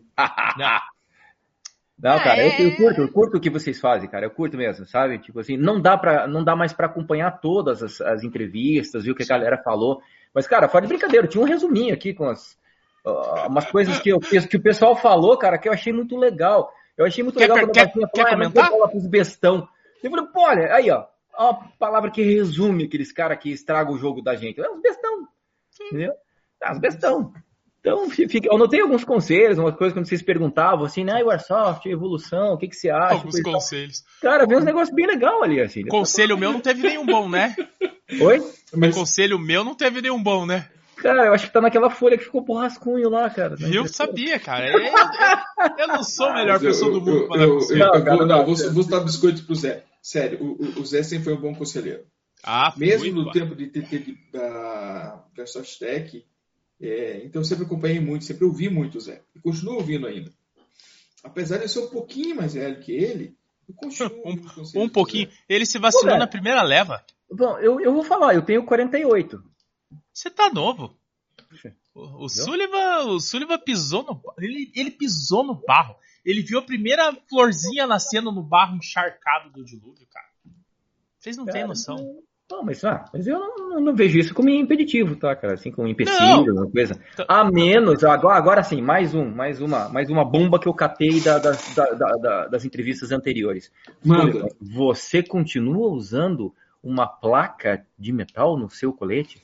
Não, cara, eu curto o que vocês fazem, cara. Eu curto mesmo, sabe? Tipo assim, não dá mais pra acompanhar todas as entrevistas, viu o que a galera falou. Mas, cara, fora de brincadeira, tinha um resuminho aqui com umas coisas que o pessoal falou, cara, que eu achei muito legal. Eu achei muito legal quando quer comentar? Falar pros bestão. Eu falei, pô, olha, aí, ó. Uma palavra que resume aqueles caras que estragam o jogo da gente. É os bestão. Entendeu? Os bestão. Então, eu anotei alguns conselhos, umas coisas quando vocês perguntavam, assim, né, o Airsoft, evolução, o que você acha? Alguns conselhos. Cara, veio uns negócios bem legais ali, assim. Conselho meu não teve nenhum bom, né? Oi? Conselho meu não teve nenhum bom, né? Cara, eu acho que tá naquela folha que ficou pro rascunho lá, cara. Eu sabia, cara. Eu não sou a melhor pessoa do mundo para dar conselho. Vou dar biscoito pro Zé. Sério, o Zé sempre foi um bom conselheiro. Mesmo no tempo de TT da Airsoft Tech, então eu sempre acompanhei muito, sempre ouvi muito o Zé. E continuo ouvindo ainda. Apesar de eu ser um pouquinho mais velho que ele, eu continuo ouvindo um pouquinho. Ele se vacinou na primeira leva. Bom, eu vou falar, eu tenho 48. Você tá novo. O Sullivan pisou no barro. Ele pisou no barro. Ele viu a primeira florzinha nascendo no barro encharcado do dilúvio, cara. Vocês não têm noção. Não, mas eu não vejo isso como impeditivo, tá, cara? Assim, como empecilho, uma coisa. A menos, agora sim, mais uma bomba que eu catei das entrevistas anteriores. Manda. Você continua usando uma placa de metal no seu colete?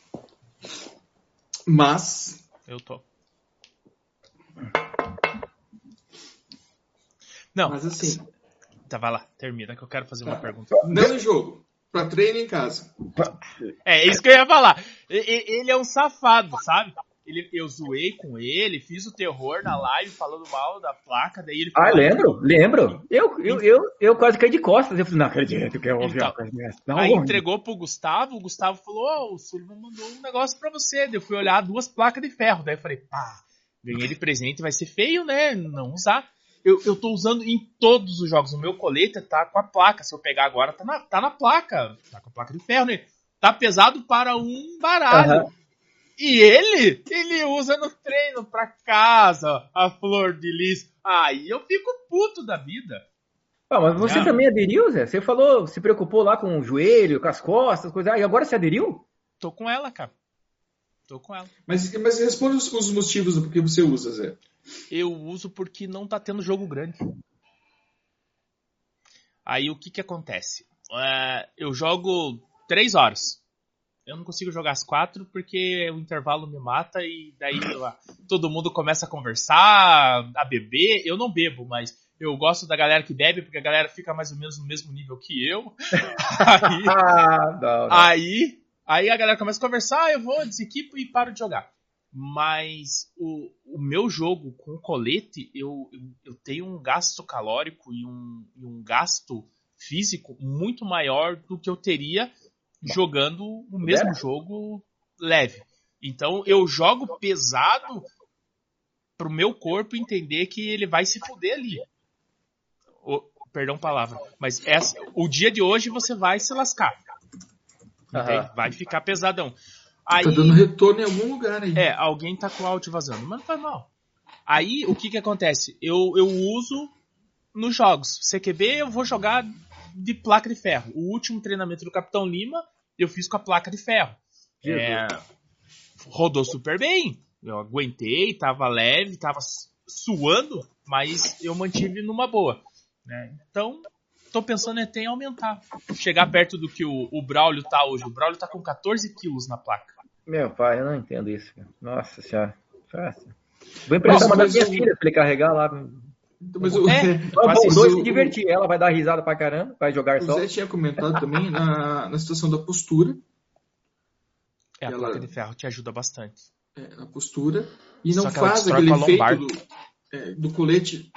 Mas... Eu tô. Não. Mas assim... Tá, vai lá, termina que eu quero fazer uma pergunta. Não em jogo. Pra treino em casa. É isso que eu ia falar. Ele é um safado, sabe? Eu zoei com ele, fiz o terror na live falando mal da placa, daí ele falou, lembro. Eu quase caí de costas. Eu falei, não acredito que eu ouvi uma coisa dessa. Aí entregou pro Gustavo, o Gustavo falou, o Sullivan mandou um negócio pra você. Daí eu fui olhar 2 placas de ferro. Daí eu falei, ganhei de presente, vai ser feio, né? Não usar. Eu tô usando em todos os jogos. O meu colete tá com a placa. Se eu pegar agora, tá na placa. Tá com a placa de ferro, né? Tá pesado para um baralho. Uhum. E ele usa no treino pra casa a flor de lis. Aí eu fico puto da vida. Mas você também aderiu, Zé? Você falou, se preocupou lá com o joelho, com as costas, coisa. E agora você aderiu? Tô com ela, cara. Tô com ela. Mas responde os motivos do porquê você usa, Zé. Eu uso porque não tá tendo jogo grande. Aí o que acontece? Eu jogo 3 horas. Eu não consigo jogar às 4 porque o intervalo me mata e daí todo mundo começa a conversar, a beber. Eu não bebo, mas eu gosto da galera que bebe porque a galera fica mais ou menos no mesmo nível que eu. Aí a galera começa a conversar, eu vou, desequipo e paro de jogar. Mas o meu jogo com colete, eu tenho um gasto calórico e um gasto físico muito maior do que eu teria jogando o mesmo jogo leve. Então eu jogo pesado pro meu corpo entender que ele vai se fuder ali. Perdão palavra. Mas o dia de hoje você vai se lascar. Vai ficar pesadão. Aí, tá dando retorno em algum lugar aí. Alguém tá com o áudio vazando, mas não faz mal. Aí, o que acontece? Eu uso nos jogos. CQB eu vou jogar de placa de ferro. O último treinamento do Capitão Lima, eu fiz com a placa de ferro. Rodou super bem. Eu aguentei, tava leve, tava suando, mas eu mantive numa boa. Né? Então, tô pensando até em aumentar. Chegar perto do que o Braulio tá hoje. O Braulio tá com 14 quilos na placa. Meu pai, eu não entendo isso. Nossa senhora. Vou emprestar uma das minhas filhas pra ele carregar lá. Mas os dois se divertir. Ela vai dar risada pra caramba, vai jogar só. O Zé tinha comentado também na situação da postura. A placa de ferro te ajuda bastante. A postura. E não faz aquele efeito do colete.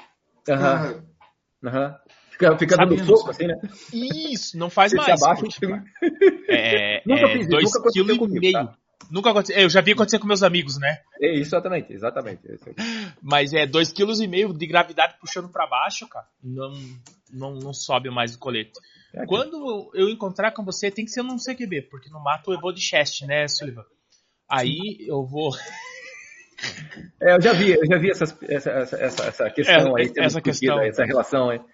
Fica dando soco assim, né? Isso, não faz mais. Abaixa, nunca fiz isso, nunca aconteceu comigo, tá? Nunca aconteceu. Eu já vi acontecer com meus amigos, né? Exatamente. Mas 2,5 kg de gravidade puxando pra baixo, cara. Não sobe mais o colete. Quando eu encontrar com você, tem que ser num CQB, porque no mato eu vou de chest, né, Sullivan? Aí eu vou... eu já vi essa questão aí. Essa relação aí.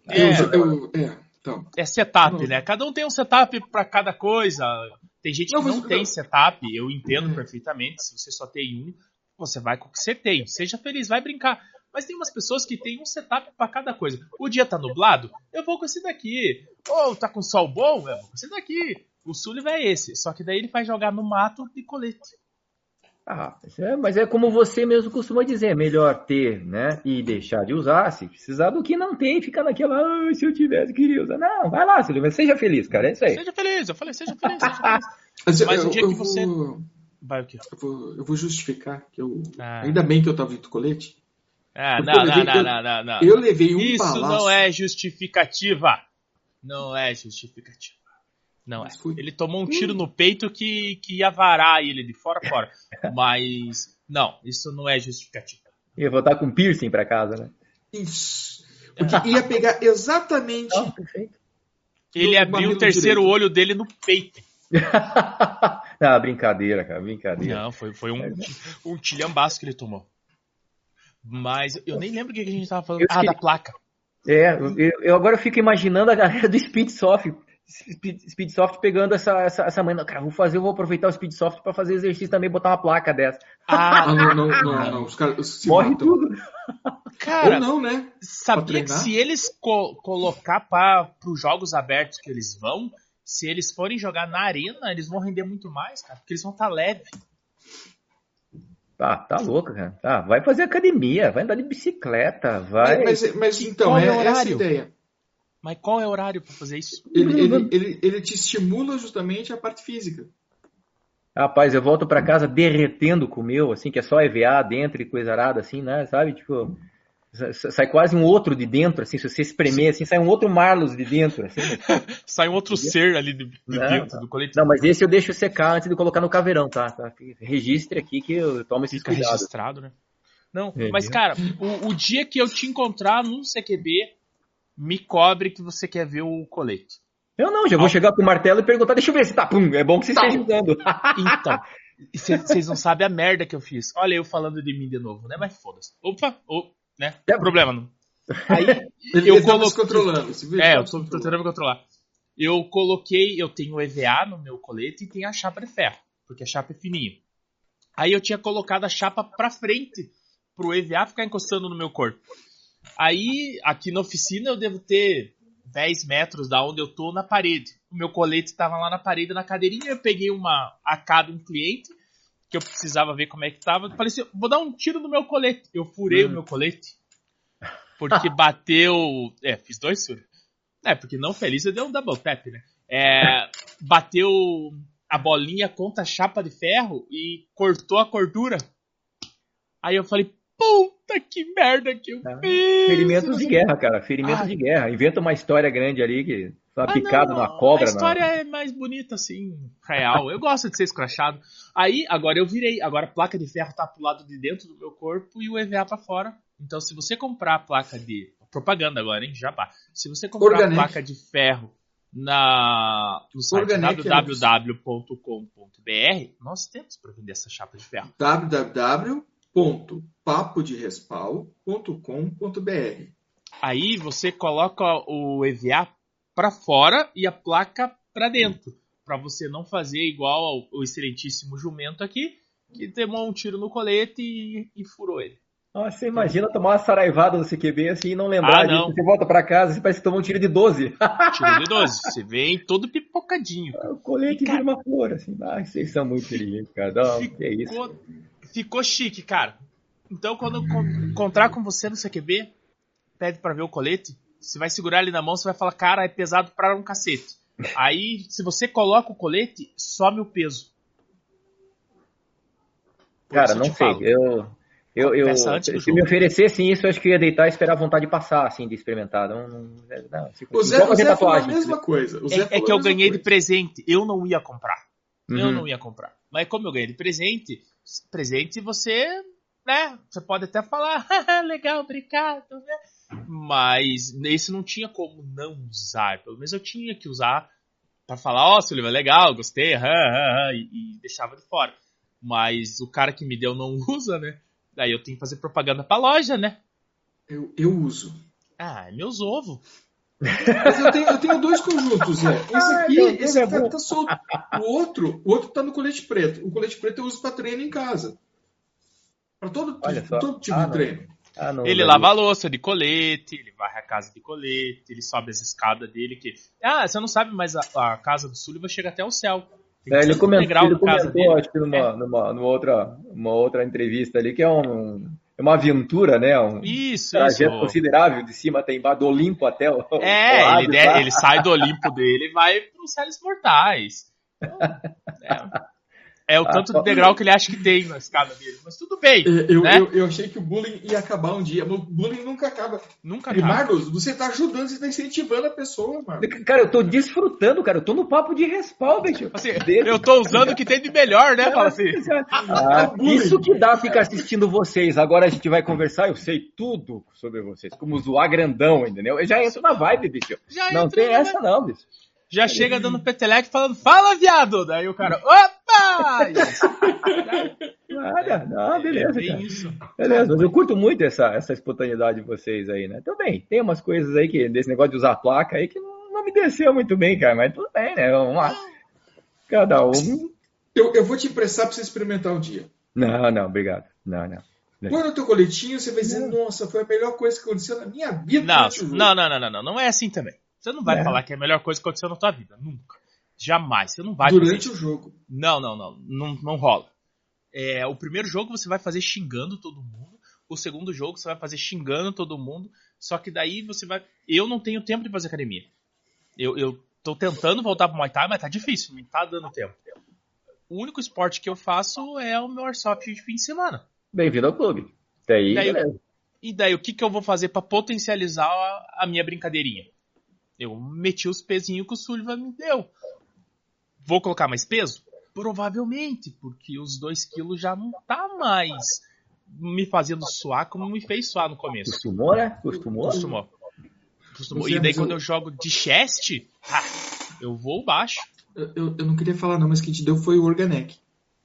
É setup, né? Cada um tem um setup pra cada coisa. Tem gente que não tem setup, eu entendo perfeitamente. Se você só tem um, você vai com o que você tem. Seja feliz, vai brincar. Mas tem umas pessoas que tem um setup pra cada coisa. O dia tá nublado, eu vou com esse daqui. Ou tá com sol bom, eu vou com esse daqui. O Sullivan é esse. Só que daí ele vai jogar no mato de colete. Mas é como você mesmo costuma dizer, melhor ter, né, e deixar de usar, se precisar, do que não ter e ficar naquela, se eu tivesse, queria usar. Não, vai lá, Sullivan, seja feliz, cara, é isso aí. Seja feliz, eu falei, seja feliz. Mas o dia que você... Vai o quê? Eu vou justificar que ainda bem que eu tava indo colete. Não. Eu levei um Isso balaço. Não é justificativa. Não é. Ele tomou um tiro no peito que ia varar ele de fora a fora. Mas, não, isso não é justificativa. Ia voltar com piercing pra casa, né? Isso. Porque ia pegar exatamente... perfeito. Ele abriu o terceiro olho dele no peito. Brincadeira, cara, brincadeira. Não, foi um tilhambaço que ele tomou. Mas eu nem lembro o que a gente tava falando. Da placa. Eu agora fico imaginando a galera do Speedsoft pegando essa manhã. Cara, eu vou aproveitar o Speedsoft pra fazer exercício também, botar uma placa dessa. Não. Os caras morre matam. Tudo. Cara, ou não, né? Sabia que se eles colocar para os jogos abertos que eles vão, se eles forem jogar na arena, eles vão render muito mais, cara, porque eles vão estar leve. Tá louco, cara. Vai fazer academia, vai andar de bicicleta, vai... Mas então, é essa a ideia. Mas qual é o horário para fazer isso? Ele te estimula justamente a parte física. Rapaz, eu volto pra casa derretendo com o meu, assim, que é só EVA dentro e coisa arada, assim, né, sabe? Tipo, sai quase um outro de dentro, assim, se você espremer, assim, sai um outro Marlos de dentro, assim. Sai um outro ser ali de dentro do coletivo. Não, mas esse eu deixo secar antes de colocar no caveirão, tá? Registre aqui que eu tomo esse cuidado. Fica registrado, né? Não, mas, cara, o dia que eu te encontrar num CQB, me cobre que você quer ver o colete. Eu não, já vou chegar com o martelo e perguntar, deixa eu ver se tá, é bom que você esteja usando. Então, vocês não sabem a merda que eu fiz. Olha eu falando de mim de novo, né? Mas foda-se. Né? Não tem problema, não. Aí, eu coloquei... se controlando. Eu tô tentando me controlar. Eu tenho EVA no meu colete e tenho a chapa de ferro, porque a chapa é fininha. Aí eu tinha colocado a chapa pra frente, pro EVA ficar encostando no meu corpo. Aí, aqui na oficina, eu devo ter 10 metros da onde eu tô na parede. O meu colete estava lá na parede, na cadeirinha. Eu peguei uma AK de um cliente, que eu precisava ver como é que tava. Eu falei assim, vou dar um tiro no meu colete. Eu furei o meu colete, porque bateu... fiz 2 furos. Porque não feliz, eu dei um double tap, né? Bateu a bolinha contra a chapa de ferro e cortou a cordura. Aí eu falei, puta que merda que eu fiz! Ferimentos de guerra, cara. Ferimentos de guerra. Inventa uma história grande ali, que uma picada numa cobra. A história é mais bonita, assim, real. Eu gosto de ser escrachado. Aí, agora eu virei. Agora a placa de ferro tá pro lado de dentro do meu corpo e o EVA pra fora. Então, se você comprar a placa de... Propaganda agora, hein? Jabá. Se você comprar a placa de ferro no site www.papoderespal.com.br, nós temos para vender essa chapa de ferro. www.papoderespal.com.br. Aí você coloca o EVA para fora e a placa para dentro. pra você não fazer igual ao excelentíssimo jumento aqui, que tomou um tiro no colete e furou ele. Nossa, você imagina tomar uma saraivada no CQB assim e não lembrar disso. Você volta pra casa, você parece que tomou um tiro de 12. Tiro de 12. Você vem todo pipocadinho. O colete vira uma flor, assim. Vocês são muito inteligentes, cara. Não, que é isso? Ficou chique, cara. Então, quando eu encontrar com você no CQB, pede pra ver o colete. Você vai segurar ele na mão, você vai falar, cara, é pesado pra um cacete. Aí, se você coloca o colete, some o peso. Cara, não sei. Se me oferecessem isso, eu acho que eu ia deitar e esperar a vontade de passar, assim, de experimentar. O Zé falou a mesma coisa. É que eu ganhei de presente. Eu não ia comprar. Eu não ia comprar. Mas como eu ganhei de presente você, né? Você pode até falar, legal, obrigado, né? Mas esse não tinha como não usar. Pelo menos eu tinha que usar pra falar, Sullivan, legal, gostei, e deixava de fora. Mas o cara que me deu não usa, né? Daí eu tenho que fazer propaganda pra loja, né? Eu uso. É meus ovos. Mas eu tenho 2 conjuntos, Zé. Esse tá solto. O outro tá no colete preto. O colete preto eu uso pra treino em casa. Pra todo tipo de treino. Ele lava a louça de colete, ele varre a casa de colete, ele sobe as escadas dele. Você não sabe, mas a casa do Sullivan chega até o céu. Ele comentou, acho que numa outra entrevista ali, que é uma aventura, né? Isso. Trajeto considerável, de cima até embaixo, do Olimpo até o ele sai do Olimpo dele e vai para os céus mortais. É o tanto de degrau que ele acha que tem na escada dele. Mas tudo bem. Eu achei que o bullying ia acabar um dia. O bullying nunca acaba. Nunca acaba. Marcos, você tá ajudando, você tá incentivando a pessoa, mano. Cara, eu tô desfrutando, cara. Eu tô no papo de respaldo, bicho. Assim, eu tô usando o que tem de melhor, né? Fala assim. Isso que dá ficar assistindo vocês. Agora a gente vai conversar. Eu sei tudo sobre vocês. Como zoar grandão, entendeu? Eu já entro na vibe, bicho. Não tem essa, não, bicho. Já chega dando peteleque falando, fala, viado! Daí o cara, opa! Beleza, cara. Beleza, mas eu curto muito essa espontaneidade de vocês aí, né? Também, tem umas coisas aí desse negócio de usar placa aí que não me desceu muito bem, cara, mas tudo bem, né? Vamos lá. Cada um. Eu vou te emprestar pra você experimentar um dia. Não, obrigado. Não. Põe no teu coletinho, você vai dizer, nossa, foi a melhor coisa que aconteceu na minha vida. Não é assim também. Você não vai falar que é a melhor coisa que aconteceu na tua vida. Nunca. Jamais. Você não vai durante o jogo. Não rola. O primeiro jogo você vai fazer xingando todo mundo. O segundo jogo você vai fazer xingando todo mundo. Só que daí você vai... Eu não tenho tempo de fazer academia. Eu tô tentando voltar pro Muay Thai, mas tá difícil. Não tá dando tempo. O único esporte que eu faço é o meu airsoft de fim de semana. Bem-vindo ao clube. E daí o que eu vou fazer pra potencializar a minha brincadeirinha? Eu meti os pezinhos que o Sullivan me deu. Vou colocar mais peso? Provavelmente, porque os 2 quilos já não tá mais me fazendo suar como me fez suar no começo. Costumou, né? Costumou. E daí quando eu jogo de chest, eu vou baixo. Eu não queria falar não, mas quem te deu foi o Organek.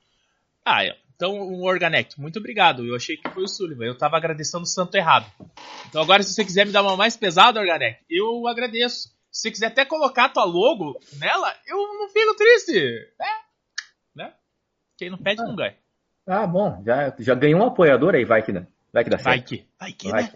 Então o Organek, muito obrigado. Eu achei que foi o Sullivan. Eu tava agradecendo o santo errado. Então agora se você quiser me dar uma mais pesada, Organek, eu agradeço. Se você quiser até colocar a tua logo nela, eu não fico triste. Né? Quem não pede não ganha. Bom. Já ganhou um apoiador aí, vai que dá certo. Vai que, né?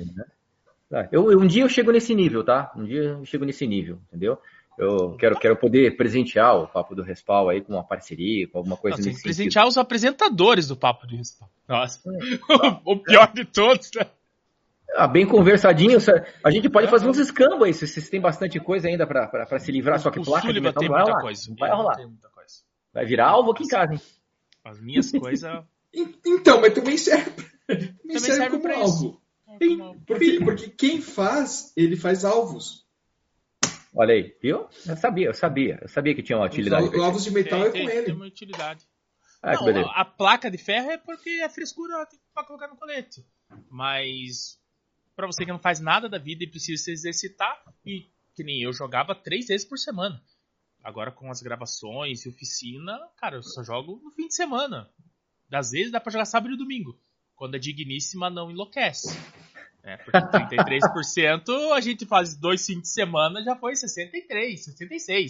Um dia eu chego nesse nível, tá? Entendeu? Eu quero poder presentear o Papo do Respawn aí com uma parceria, com alguma coisa nesse sentido. Presentear os apresentadores do Papo de Respawn. Nossa, o pior de todos, né? Bem conversadinho. A gente pode fazer uns escambos aí, se vocês têm bastante coisa ainda pra se livrar, só que placa de metal tem não vai muita rolar. coisa. Não vai rolar. Tem muita coisa. Vai virar alvo aqui em casa, hein? As minhas coisas... Então, mas também serve como pra alvo. Porque quem faz, ele faz alvos. Olha aí, viu? Eu sabia que tinha uma utilidade. Os alvos de metal é com ele. Tem uma utilidade. Não, a placa de ferro é porque é frescura pra colocar no colete. Mas pra você que não faz nada da vida e precisa se exercitar, e que nem eu jogava 3 vezes por semana. Agora com as gravações e oficina, cara, eu só jogo no fim de semana. Às vezes dá pra jogar sábado e domingo, quando a digníssima não enlouquece. Porque 33% a gente faz 2 fins de semana, já foi 63, 66.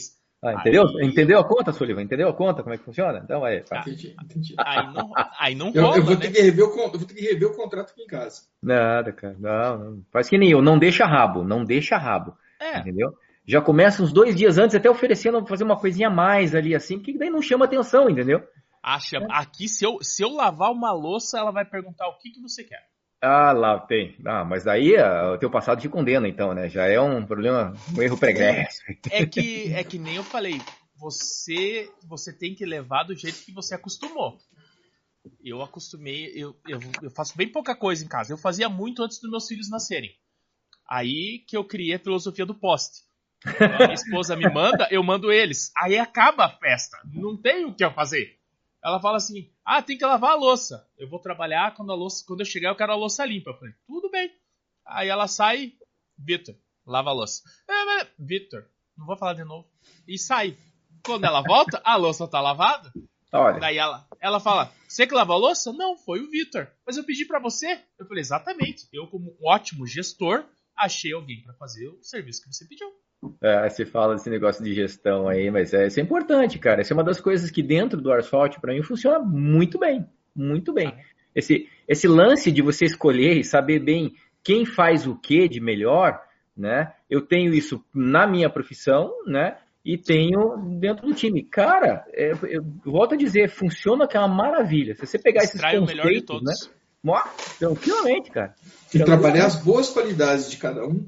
Entendeu? Entendeu a conta, Sullivan? Entendeu a conta? Como é que funciona? Então, Entendi. Aí não rola, eu vou ter que rever o contrato aqui em casa. Nada, cara. Não. Faz que nem eu. Não deixa rabo. Entendeu? Já começa uns 2 dias antes, até oferecendo fazer uma coisinha a mais ali, assim, porque daí não chama atenção, entendeu? Aqui, se eu lavar uma louça, ela vai perguntar o que você quer. Lá tem. Mas daí o teu passado te condena, então, né? Já é um problema, um erro pregresso. É que nem eu falei, você tem que levar do jeito que você acostumou. Eu acostumei, eu faço bem pouca coisa em casa. Eu fazia muito antes dos meus filhos nascerem. Aí que eu criei a filosofia do poste. A minha esposa me manda, eu mando eles. Aí acaba a festa. Não tem o que eu fazer. Ela fala assim, tem que lavar a louça. Eu vou trabalhar, quando eu chegar eu quero a louça limpa. Eu falei, tudo bem. Aí ela sai, Vitor, lava a louça. Vitor, não vou falar de novo. E sai. Quando ela volta, a louça tá lavada. Olha. Daí ela fala, você que lavou a louça? Não, foi o Vitor. Mas eu pedi pra você. Eu falei, exatamente. Eu, como um ótimo gestor, achei alguém pra fazer o serviço que você pediu. Você fala desse negócio de gestão aí, mas isso é importante, cara. Essa é uma das coisas que dentro do Airsoft, para mim, funciona muito bem. Muito bem. Esse lance de você escolher e saber bem quem faz o que de melhor, né? Eu tenho isso na minha profissão, né? E tenho dentro do time. Cara, eu volto a dizer, funciona que é uma maravilha. Se você pegar esses conceitos, o melhor de todos. Né? Tranquilamente, cara. E trabalhar as boas qualidades de cada um.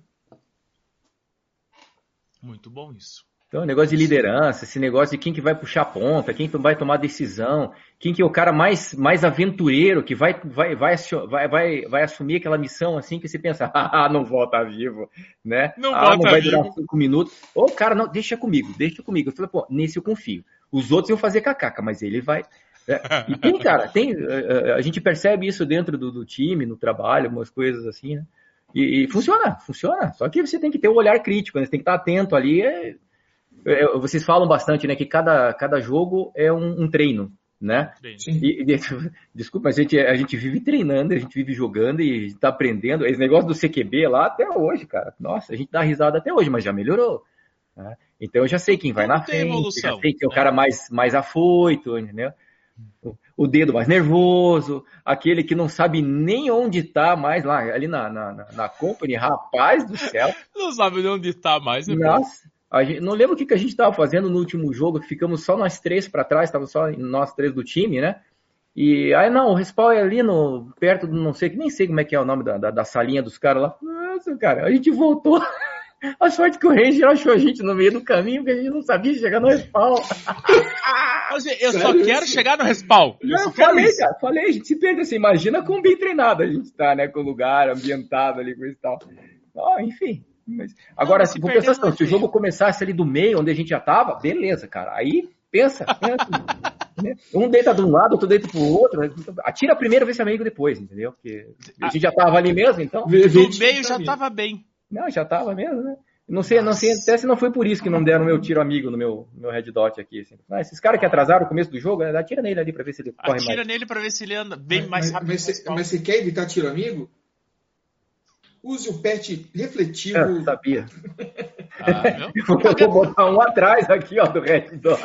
Muito bom isso. Então, negócio de liderança, esse negócio de quem que vai puxar a ponta, quem que vai tomar decisão, quem que é o cara mais aventureiro, que vai assumir aquela missão assim que você pensa, não volta vivo, né? Não vai durar 5 minutos. Cara, não, deixa comigo. Eu falei, nesse eu confio. Os outros iam fazer cacaca, mas ele vai... E a gente percebe isso dentro do time, no trabalho, umas coisas assim, né? E funciona. Só que você tem que ter um olhar crítico, né? Você tem que estar atento ali. Vocês falam bastante, né? Que cada jogo é um treino, né? Desculpa, mas a gente vive treinando, a gente vive jogando e está aprendendo. Esse negócio do CQB lá até hoje, cara. Nossa, a gente dá risada até hoje, mas já melhorou. Né? Então eu já sei quem vai na frente, já sei que é o cara mais afoito, entendeu? O dedo mais nervoso, aquele que não sabe nem onde tá mais lá, ali na company, rapaz do céu. Não sabe nem onde tá mais, né? Nossa, não lembro o que a gente tava fazendo no último jogo, que ficamos só nós 3 para trás, tava só nós 3 do time, né? E aí não, o respawn é ali perto do não sei, que nem sei como é que é o nome da salinha dos caras lá. Nossa, cara, a gente voltou. A sorte que o Ranger achou a gente no meio do caminho, porque a gente não sabia chegar no respawn. Eu só quero chegar no respawn. Falei, a gente se perde assim, imagina como bem treinado a gente tá, né, com o lugar ambientado ali, com isso e tal. Enfim. Agora, se for pensar assim, se o jogo começasse ali do meio, onde a gente já tava, beleza, cara, aí pensa. Né? Um deita de um lado, outro deita pro outro, atira primeiro, vê se é amigo depois, entendeu? Porque a gente já tava ali mesmo, então... Do meio já tava bem. Não, já tava mesmo, né? Não sei até se não foi por isso que não deram meu tiro amigo no meu red dot aqui. Assim. Esses caras que atrasaram o começo do jogo, atira nele ali pra ver se ele corre mais. Atira nele pra ver se ele anda bem mais rápido. Mas você quer evitar tiro amigo? Use o patch refletivo. Eu sabia. Eu vou botar um atrás aqui, ó, do red dot.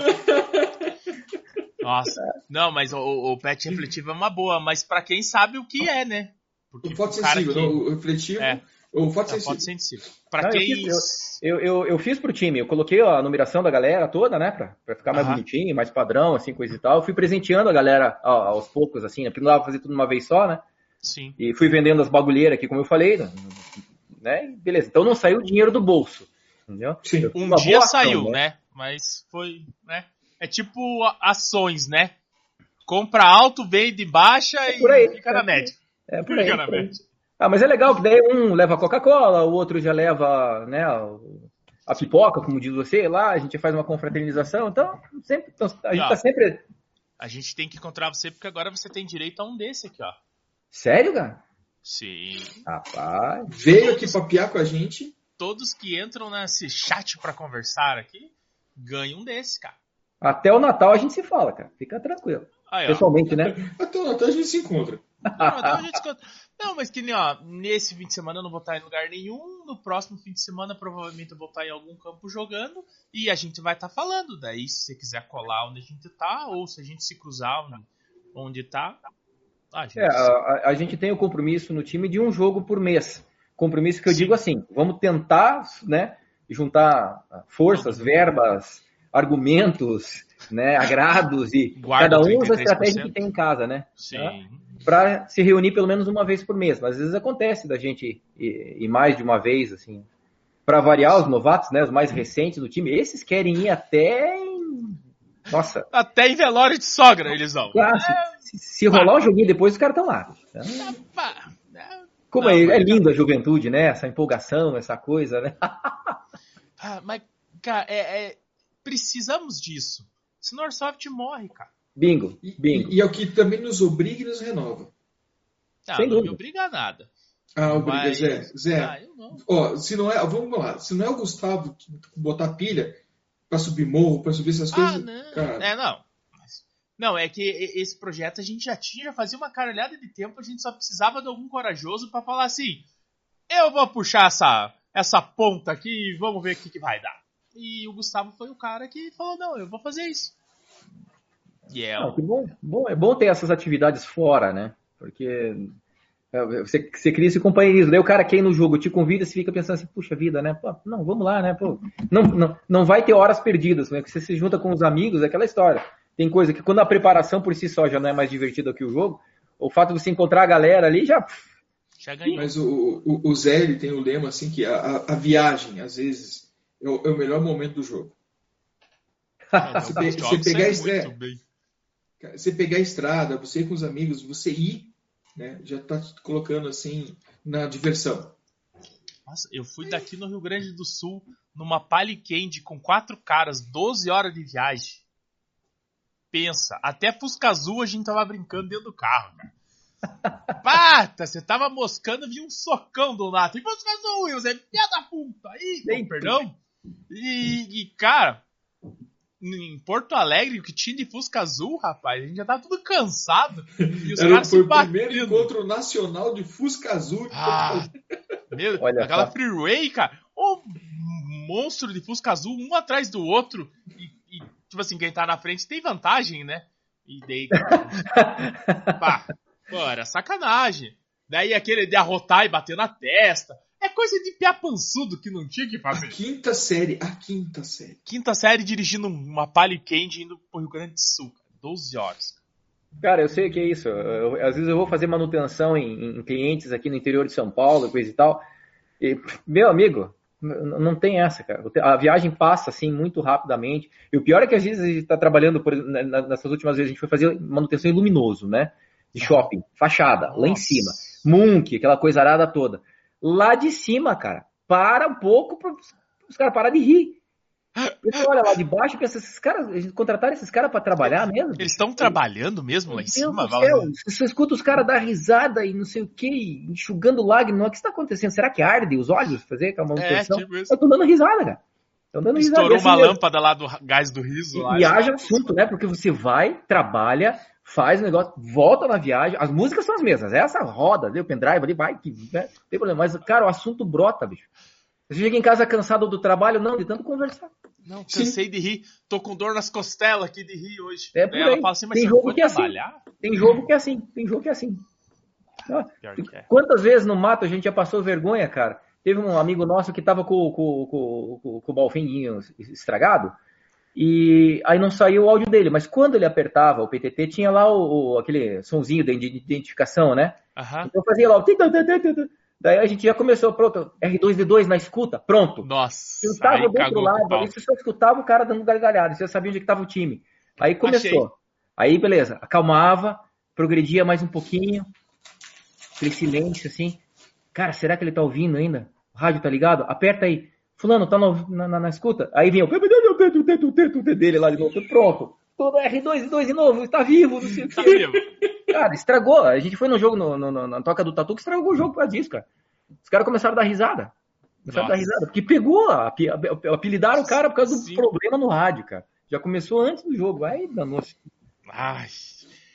Nossa. Não, mas o patch refletivo é uma boa, mas pra quem sabe o que é, né? Porque o fotossensível, o refletivo... O fotossensível. Pra quem... Eu fiz pro time, eu coloquei a numeração da galera toda, né, pra ficar mais bonitinho, mais padrão, assim, coisa e tal. Eu fui presenteando a galera aos poucos, assim, né, porque não dava pra fazer tudo de uma vez só, né? Sim. E fui vendendo as bagulheiras aqui, como eu falei, né? Beleza, então não saiu o dinheiro do bolso, entendeu? Sim. Um dia saiu, né? Mas foi, né? É tipo ações, né? Compra alto, vende baixa e fica na média. Por aí. Na média. Mas é legal que daí um leva a Coca-Cola, o outro já leva, né, a pipoca, como diz você, lá a gente faz uma confraternização, então a gente tá sempre... A gente tem que encontrar você, porque agora você tem direito a um desse aqui, ó. Sério, cara? Sim. Rapaz. Veio aqui papiar com a gente. Todos que entram nesse chat pra conversar aqui, ganham um desse, cara. Até o Natal a gente se fala, cara. Fica tranquilo. Pessoalmente, né? Até o Natal a gente se encontra. Não, mas que nem, ó, nesse fim de semana eu não vou estar em lugar nenhum, no próximo fim de semana provavelmente eu vou estar em algum campo jogando, e a gente vai estar falando. Daí, se você quiser colar onde a gente tá, ou se a gente se cruzar onde tá, a gente tem o compromisso no time de um jogo por mês. Compromisso que eu digo assim, vamos tentar, né, juntar forças, verbas, argumentos, né, agrados e cada um usa a estratégia que tem em casa, né? Sim. Tá? Para se reunir pelo menos uma vez por mês. Mas às vezes acontece da gente ir mais de uma vez, assim. Para variar os novatos, né, os mais recentes do time, esses querem ir até em... Nossa. Até em velório de sogra eles vão. Claro, se rolar um joguinho depois, os caras estão lá. Como é lindo a juventude, né? Essa empolgação, essa coisa, né? Mas, cara, precisamos disso. Senão o Airsoft morre, cara. Bingo. E é o que também nos obriga e nos renova. Não me obriga a nada. Obriga, Zé. Eu não. Ó, se não é, vamos lá, se não é o Gustavo botar pilha pra subir morro, pra subir essas coisas... Não. Cara... Não. Não, é que esse projeto a gente já fazia uma caralhada de tempo, a gente só precisava de algum corajoso pra falar assim, eu vou puxar essa ponta aqui e vamos ver o que vai dar. E o Gustavo foi o cara que falou, não, eu vou fazer isso. Que bom. É bom ter essas atividades fora, né? Porque você cria esse companheirismo. Daí o cara quer ir no jogo, te convida, você fica pensando assim, puxa vida, né? Pô, não, vamos lá, né? Pô, não vai ter horas perdidas, né? Que você se junta com os amigos, é aquela história. Tem coisa que quando a preparação por si só já não é mais divertida que o jogo, o fato de você encontrar a galera ali já ganhou. Mas o Zé, ele tem o lema assim que a viagem, às vezes, é o melhor momento do jogo. Você pegar a estrada, você ir com os amigos, você ir, né, já tá te colocando assim na diversão. Nossa, eu fui daqui no Rio Grande do Sul numa Palio Candy com 4 caras, 12 horas de viagem. Pensa, até Fusca Azul a gente tava brincando dentro do carro, cara. Pata, você tava moscando, vi um socão do Nato. E Fusca Azul, Wilson, filha da puta. Aí, perdão. E, cara, em Porto Alegre, o que tinha de Fusca Azul, rapaz, a gente já tava tudo cansado. E os caras se batendo. Foi o primeiro encontro nacional de Fusca Azul. Aquela freeway, cara. Monstro de Fusca Azul, um atrás do outro. E tipo assim, quem tá na frente tem vantagem, né? E daí... era sacanagem. Daí aquele de arrotar e bater na testa. É coisa de piapançudo que não tinha que fazer. A quinta série. Quinta série dirigindo uma Palio Candy indo pro Rio Grande do Sul. 12 horas. Cara, eu sei que é isso. Às vezes eu vou fazer manutenção em clientes aqui no interior de São Paulo, coisa e tal. E, meu amigo, não tem essa, cara. A viagem passa assim muito rapidamente. E o pior é que às vezes a gente tá trabalhando, nessas últimas vezes a gente foi fazer manutenção em luminoso, né? De shopping, fachada, lá em cima. Munk, aquela coisa arada toda. Lá de cima, cara, para um pouco para os caras parar de rir. Você olha lá de baixo, pensa, esses caras, eles contrataram esses caras para trabalhar mesmo? Eles estão trabalhando mesmo lá em cima? Você escuta os caras dar risada e não sei o que, enxugando lágrimas. O que está acontecendo? Será que arde os olhos fazer aquela manutenção? Tipo isso. Eu tô dando risada, cara. Estourou uma lâmpada lá do gás do riso. E haja assunto, né? Porque você vai, trabalha, faz o negócio, volta na viagem, as músicas são as mesmas, essa roda, o pendrive ali, vai, né? Não tem problema, mas, cara, o assunto brota, bicho. Você chega em casa cansado do trabalho, não, de tanto conversar. Não, cansei de rir, tô com dor nas costelas aqui de rir hoje. É por aí. Ela fala assim, mas tem você jogo foi que é trabalhar? Assim. Tem jogo que é assim. Quantas vezes no mato a gente já passou vergonha, cara? Teve um amigo nosso que tava com o balfinho estragado, e aí não saiu o áudio dele, mas quando ele apertava o PTT, tinha lá aquele sonzinho de identificação, né? Uhum. Então fazia lá o... Daí a gente já começou, pronto, R2D2 na escuta, pronto. Nossa, eu tava do outro lado, aí você só escutava o cara dando gargalhada, você já sabia onde que tava o time. Aí começou. Aí, beleza, acalmava, progredia mais um pouquinho, aquele silêncio assim. Cara, será que ele tá ouvindo ainda? O rádio tá ligado? Aperta aí. Fulano, tá na escuta? Aí vinha o dele lá de novo. Pronto. Todo R2D2 de novo, tá vivo, não sei o que. Tá vivo. Cara, estragou. A gente foi no jogo na Toca do Tatu que estragou o jogo por causa disso, cara. Os caras começaram a dar risada. Porque pegou, apelidaram o cara por causa do problema no rádio, cara. Já começou antes do jogo. Aí danou-se. Ai.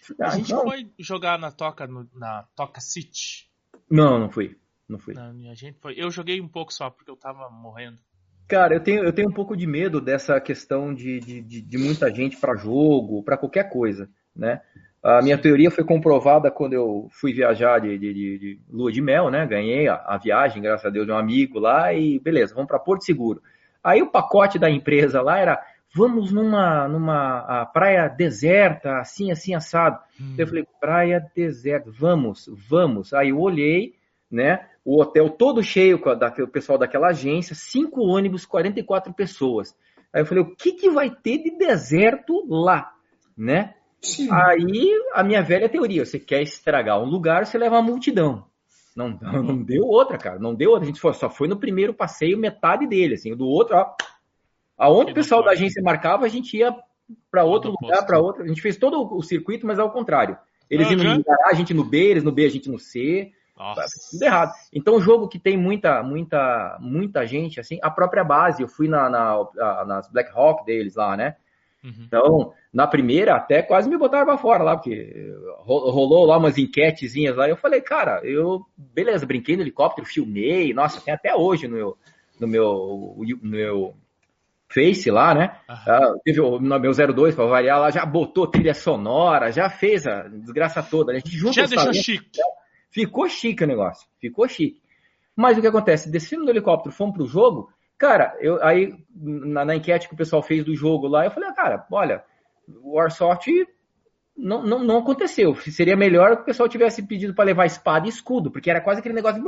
A gente foi jogar na Toca City. Não fui. A gente foi. Eu joguei um pouco só, porque eu tava morrendo. Cara, eu tenho um pouco de medo dessa questão de muita gente para jogo, para qualquer coisa, né? A minha teoria foi comprovada quando eu fui viajar de lua de mel, né? Ganhei a viagem, graças a Deus, de um amigo lá e beleza, vamos para Porto Seguro. Aí o pacote da empresa lá era, vamos numa praia deserta, assim, assado. Eu falei, praia deserta, vamos. Aí eu olhei, né? O hotel todo cheio com o pessoal daquela agência, 5 ônibus, 44 pessoas. Aí eu falei, o que vai ter de deserto lá, né? Sim. Aí a minha velha teoria, você quer estragar um lugar, você leva uma multidão. Não deu outra, cara, não deu outra. A gente só foi no primeiro passeio, metade dele, assim, do outro, ó. Aonde o pessoal da agência marcava, a gente ia para outro lugar, para outro. A gente fez todo o circuito, mas ao contrário. Eles iam no A, a gente no B, eles no B, a gente no C. Nossa. Tudo errado. Então, o jogo que tem muita gente, assim, a própria base, eu fui nas Black Hawk deles lá, né? Uhum. Então, na primeira, até quase me botaram pra fora lá, porque rolou lá umas enquetezinhas lá, e eu falei, cara, beleza, brinquei no helicóptero, filmei, nossa, tem até hoje no meu Face lá, né? Teve o meu 02 pra variar lá, já botou trilha sonora, já fez a desgraça toda, a gente junta já deixou chique. Ficou chique o negócio, ficou chique. Mas o que acontece? Descendo do helicóptero, fomos pro jogo, cara, aí na enquete que o pessoal fez do jogo lá, eu falei, cara, olha, o Warsoft não aconteceu. Seria melhor que o pessoal tivesse pedido para levar espada e escudo, porque era quase aquele negócio...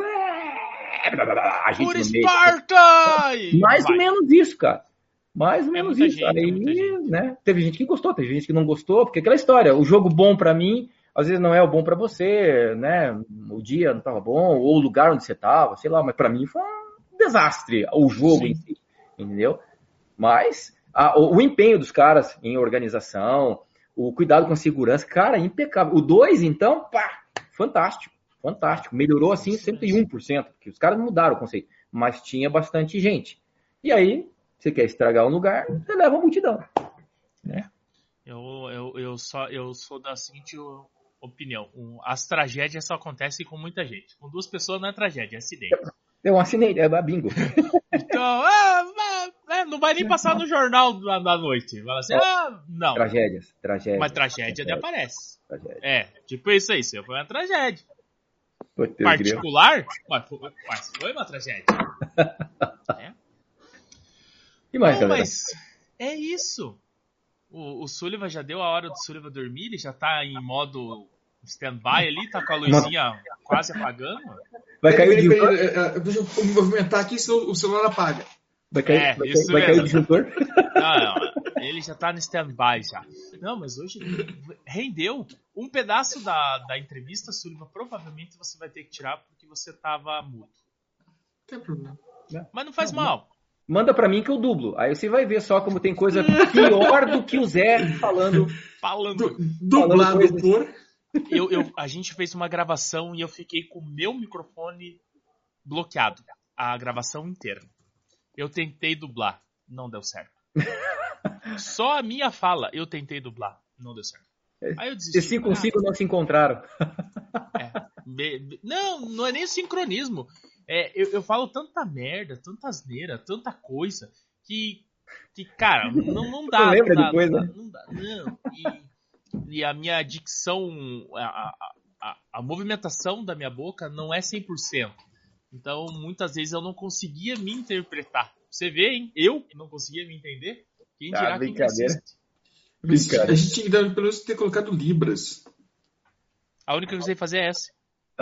Por Esparta! Mais ou menos isso, cara. Mais ou menos isso. Aí, né, teve gente que gostou, teve gente que não gostou, porque aquela história, o jogo bom para mim... Às vezes não é o bom para você, né? O dia não estava bom, ou o lugar onde você estava, sei lá, mas para mim foi um desastre o jogo em si, entendeu? Mas o empenho dos caras em organização, o cuidado com a segurança, cara, impecável. O 2, então, pá, fantástico. Melhorou assim 101%, porque os caras mudaram o conceito, mas tinha bastante gente. E aí, você quer estragar um lugar, você leva a multidão, né? Eu sou da seguinte opinião. As tragédias só acontecem com muita gente. Com 2 pessoas não é tragédia, é acidente. É um acidente, é bingo. Então, não vai nem passar no jornal da noite. Fala assim, não. Tragédias. Uma tragédia aparece. Tragédia. Tipo isso aí, isso foi uma tragédia. Particular, mas foi uma tragédia. E mais, galera? Mas é isso. O Sullivan já deu a hora do Sullivan dormir, ele já tá em modo stand-by ali, tá com a luzinha quase apagando. Vai cair o disjuntor? Deixa eu me movimentar aqui, senão o celular apaga. Vai cair o disjuntor? Não, ele já tá no stand-by já. Não, mas hoje rendeu um pedaço da entrevista, Sullivan, provavelmente você vai ter que tirar porque você tava mudo. Não tem problema. Mas não faz mal. Manda pra mim que eu dublo. Aí você vai ver só como tem coisa pior do que o Zé falando. Dublado por... A gente fez uma gravação e eu fiquei com o meu microfone bloqueado. A gravação inteira. Eu tentei dublar. Não deu certo. Só a minha fala eu tentei dublar. Não deu certo. Aí eu desisti. Esse consigo não se encontraram. Não é nem o sincronismo. Eu falo tanta merda, tanta asneira, tanta coisa que cara, não dá. Não dá. E a minha dicção, a movimentação da minha boca não é 100%. Então, muitas vezes eu não conseguia me interpretar. Você vê, hein? Eu não conseguia me entender. Quem dirá quem assiste? A gente tinha que pelo menos ter colocado Libras. A única que eu sei fazer é essa.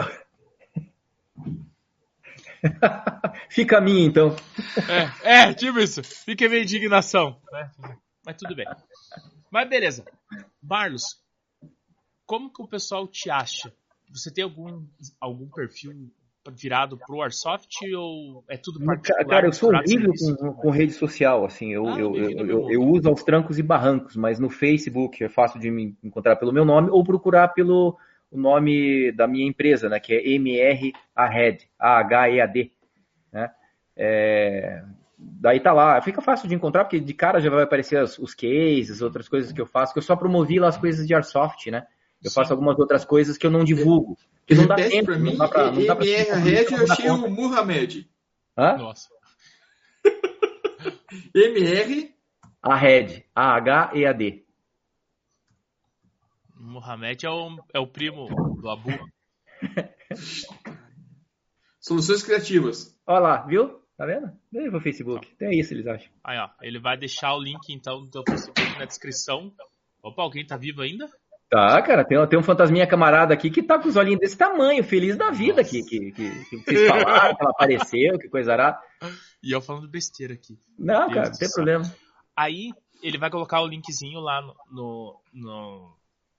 Fica a minha, então. Tipo isso. Fica a minha indignação. Né? Mas tudo bem. Mas beleza. Marlos, como que o pessoal te acha? Você tem algum perfil virado pro Warsoft ou é tudo particular? Cara, eu sou horrível com rede social, assim. Eu uso aos trancos e barrancos, mas no Facebook é fácil de me encontrar pelo meu nome ou procurar pelo o nome da minha empresa, né, que é MR Ahead, AHEAD, né? Daí tá lá, fica fácil de encontrar, porque de cara já vai aparecer os cases, outras coisas que eu faço, que eu só promovi lá as coisas de Airsoft, né? Eu faço algumas outras coisas que eu não divulgo. Que não dá tempo, pra mim, não dá pra MR Red eu achei o Muhammad. Hã? Nossa. MR... Ahead. AHEAD. Mohamed é o primo do Abu. Soluções criativas. Olha lá, viu? Tá vendo? Veio pro Facebook. Até isso eles acham. Aí, ó. Ele vai deixar o link, então, do teu Facebook na descrição. Opa, alguém tá vivo ainda? Tá, cara, tem um fantasminha camarada aqui que tá com os olhinhos desse tamanho, feliz da vida que vocês falaram, que ela apareceu, que coisa arada. E eu falando besteira aqui. Não, cara, não tem problema. Aí, ele vai colocar o linkzinho lá no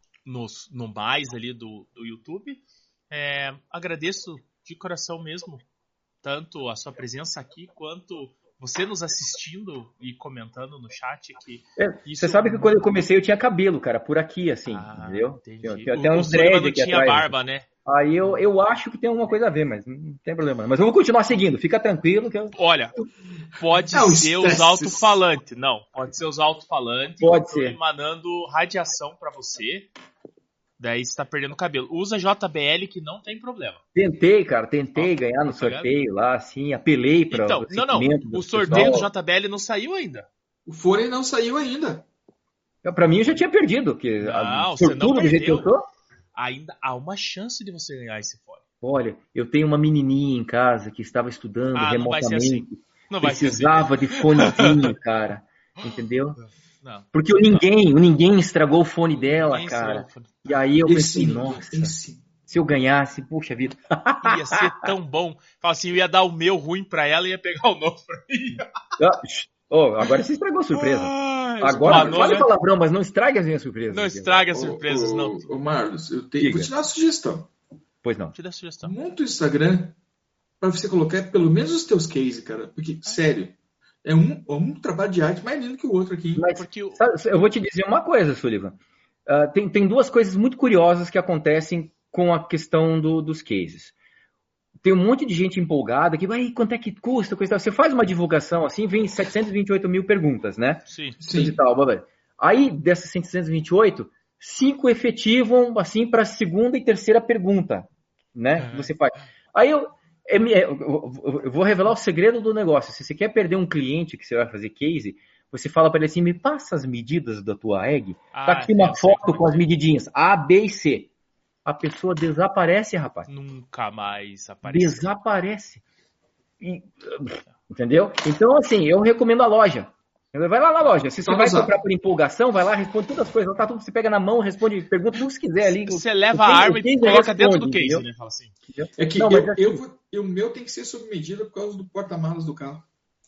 mais ali do YouTube. Agradeço de coração mesmo, tanto a sua presença aqui, quanto você nos assistindo e comentando no chat aqui. Você sabe que quando eu comecei eu tinha cabelo, cara, por aqui, assim, entendeu? Tinha até uns dread aqui tinha atrás. Barba, né? Aí eu acho que tem alguma coisa a ver, mas não tem problema. Mas eu vou continuar seguindo, fica tranquilo que eu... Olha, pode ser os alto-falantes. Não, pode ser os alto-falantes. Pode ser. Emanando radiação pra você. Daí você tá perdendo cabelo. Usa JBL que não tem problema. Tentei ganhar no sorteio lá, assim, apelei pra... Então, não. O sorteio do JBL não saiu ainda. O fone não saiu ainda. Pra mim eu já tinha perdido, porque você não tudo do jeito que eu tô... Ainda há uma chance de você ganhar esse fone. Olha, eu tenho uma menininha em casa que estava estudando remotamente. Não vai ser assim. Precisava de fonezinho, cara. Entendeu? Não. Porque o ninguém estragou o fone dela, cara. E aí eu pensei, nossa, se eu ganhasse, puxa vida. Ia ser tão bom. Fala assim, eu ia dar o meu ruim pra ela e ia pegar o novo pra mim. Agora você estragou a surpresa. Agora, fale palavrão, mas não estrague as minhas surpresas. Não estrague as surpresas, não. Ô, Marlos, vou te dar uma sugestão. Pois não. Te dá sugestão. Monta o Instagram pra você colocar pelo menos os teus cases, cara. Porque, sério, é um trabalho de arte mais lindo que o outro aqui. Mas, eu vou te dizer uma coisa, Sullivan. Tem duas coisas muito curiosas que acontecem com a questão dos cases. Tem um monte de gente empolgada que vai, quanto é que custa? Coisa tal. Você faz uma divulgação assim, vem 728 mil perguntas, né? Sim. E tal, aí, dessas 728, 5 efetivam assim para a segunda e terceira pergunta, né? Que você faz. Aí eu vou revelar o segredo do negócio. Se você quer perder um cliente que você vai fazer case, você fala para ele assim, me passa as medidas da tua egg. Tá aqui uma foto com as medidinhas A, B e C. A pessoa desaparece, rapaz. Nunca mais aparece. Desaparece. Entendeu? Então, assim, eu recomendo a loja. Vai lá na loja. Se você vai comprar por empolgação, vai lá, responde todas as coisas. Tá tudo, você pega na mão, responde, pergunta o que você quiser ali. Você leva a arma e coloca dentro do case, entendeu? Né? Fala assim. É que o meu tem que ser sob medida por causa do porta-malas do carro.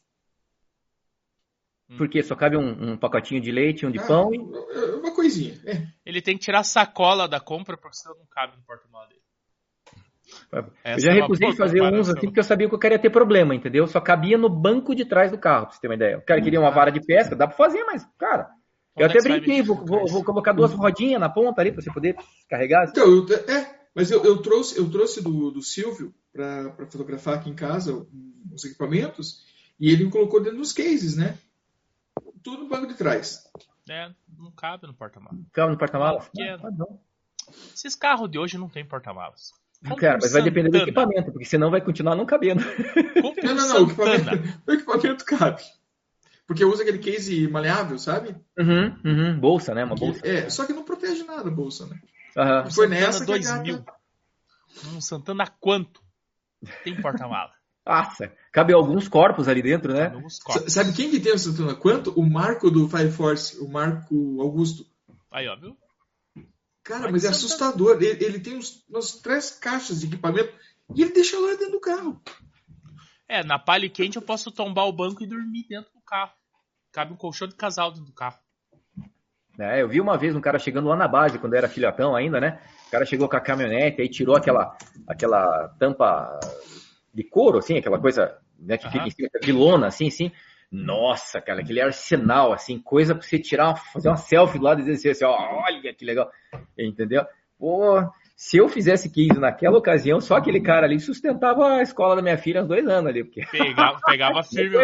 Porque só cabe um pacotinho de leite, um de pão e... Uma coisinha. Ele tem que tirar a sacola da compra porque senão não cabe no porta-malas dele. Eu já recusei fazer uns assim porque eu sabia que eu queria ter problema, entendeu? Só cabia no banco de trás do carro, pra você ter uma ideia. O cara queria uma vara de pesca, dá pra fazer, mas, cara... Eu até brinquei, vou colocar 2 rodinhas na ponta ali pra você poder carregar. Então, mas eu trouxe do Silvio pra fotografar aqui em casa os equipamentos e ele me colocou dentro dos cases, né? Tudo no banco de trás. Não cabe no porta-malas. Cabe no porta-malas? Esses carros de hoje não tem porta-malas. Cara, mas vai depender do equipamento, porque senão vai continuar não cabendo. Não, o equipamento cabe. Porque usa aquele case maleável, sabe? Bolsa, né? Uma bolsa. Só que não protege nada a bolsa, né? Foi nessa 2000. Um Santana quanto tem porta-mala? Nossa, cabe alguns corpos ali dentro, né? Sabe quem que tem o Santana quanto? O Marco do Fire Force, o Marco Augusto. Aí, ó, viu? Cara, mas é assustador. Ele tem umas 3 caixas de equipamento e ele deixa lá dentro do carro. Na palha quente eu posso tombar o banco e dormir dentro do carro. Cabe um colchão de casal dentro do carro. Eu vi uma vez um cara chegando lá na base, quando era filhotão ainda, né? O cara chegou com a caminhonete, aí tirou aquela tampa de couro, assim, aquela coisa, né, que fica em cima de lona, assim. Nossa, cara, aquele arsenal, assim, coisa pra você fazer uma selfie do lado e dizer assim, olha que legal, entendeu? Pô, se eu fizesse case naquela ocasião, só aquele cara ali sustentava a escola da minha filha uns 2 anos ali, porque... Pegava firme,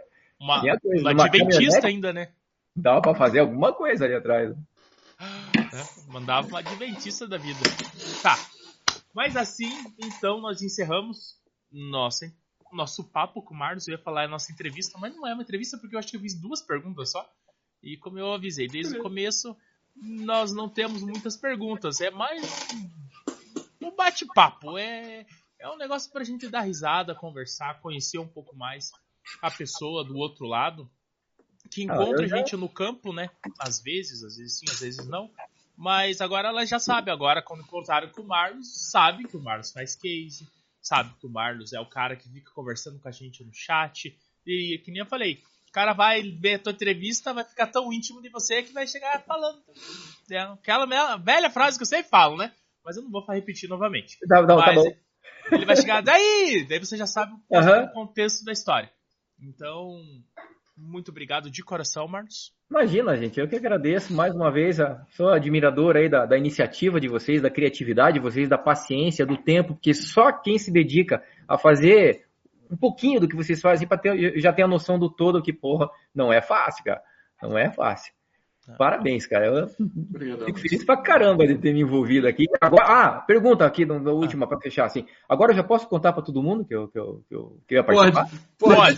uma adventista ainda, né? Dava pra fazer alguma coisa ali atrás. Né? Mandava uma adventista da vida. Tá. Mas assim, então, nós encerramos nosso papo com o Marlos. Eu ia falar a nossa entrevista, mas não é uma entrevista porque eu acho que eu fiz 2 perguntas só. E como eu avisei desde o começo, nós não temos muitas perguntas. É mais um bate-papo. É um negócio pra gente dar risada, conversar, conhecer um pouco mais a pessoa do outro lado. Que encontra a gente no campo, né? Às vezes sim, às vezes não. Mas agora ela já sabe. Agora, quando encontraram com o Marlos, sabe que o Marlos faz case. Sabe que o Marlos é o cara que fica conversando com a gente no chat. E que nem eu falei, o cara vai ver a tua entrevista, vai ficar tão íntimo de você que vai chegar falando. É aquela velha frase que eu sempre falo, né? Mas eu não vou repetir novamente. Tá bom. Ele vai chegar, daí você já sabe o contexto da história. Então, muito obrigado de coração, Marlos. Imagina, gente, eu que agradeço mais uma vez. Sou admirador aí da iniciativa de vocês, da criatividade de vocês, da paciência, do tempo, porque só quem se dedica a fazer um pouquinho do que vocês fazem já tem a noção do todo que, porra, não é fácil, cara. Não é fácil. Parabéns, cara. Eu fico feliz pra caramba de ter me envolvido aqui. Agora, pergunta aqui na última pra fechar assim. Agora eu já posso contar pra todo mundo que eu ia participar? Pode.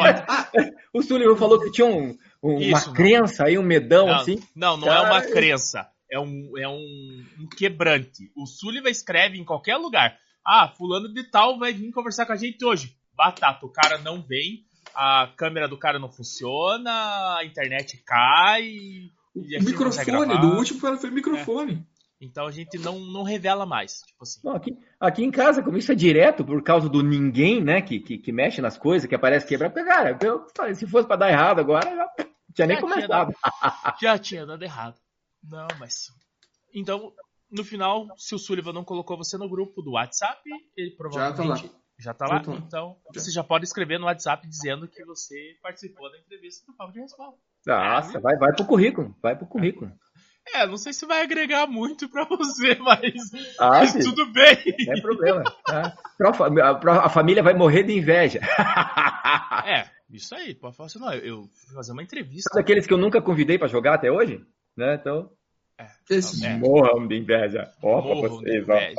O Sullivan falou que tinha uma crença aí, um medão assim. Não é uma crença. É um quebrante. O Sullivan escreve em qualquer lugar. Fulano de tal vai vir conversar com a gente hoje. Batata, o cara não vem. A câmera do cara não funciona, a internet cai. O microfone do último foi o microfone. Então a gente não revela mais. Tipo assim. Não, aqui em casa, como isso é direto por causa do ninguém, né? Que mexe nas coisas, que aparece quebrar. Porque, cara, eu falei, se fosse pra dar errado agora, já tinha nem começado. Já tinha dado errado. Não, mas. Então, no final, se o Sullivan não colocou você no grupo do WhatsApp, ele provavelmente. Já tá lá? Então, você já pode escrever no WhatsApp dizendo que você participou da entrevista do Papo de Respaldo. Nossa, vai pro currículo. Vai pro currículo. Não sei se vai agregar muito pra você, mas tudo bem. Não é problema. A família vai morrer de inveja. Isso aí. Pode falar assim, não, eu vou fazer uma entrevista. Sabe aqueles que eu nunca convidei pra jogar até hoje? Né? Então... Morram de inveja. Morram de inveja.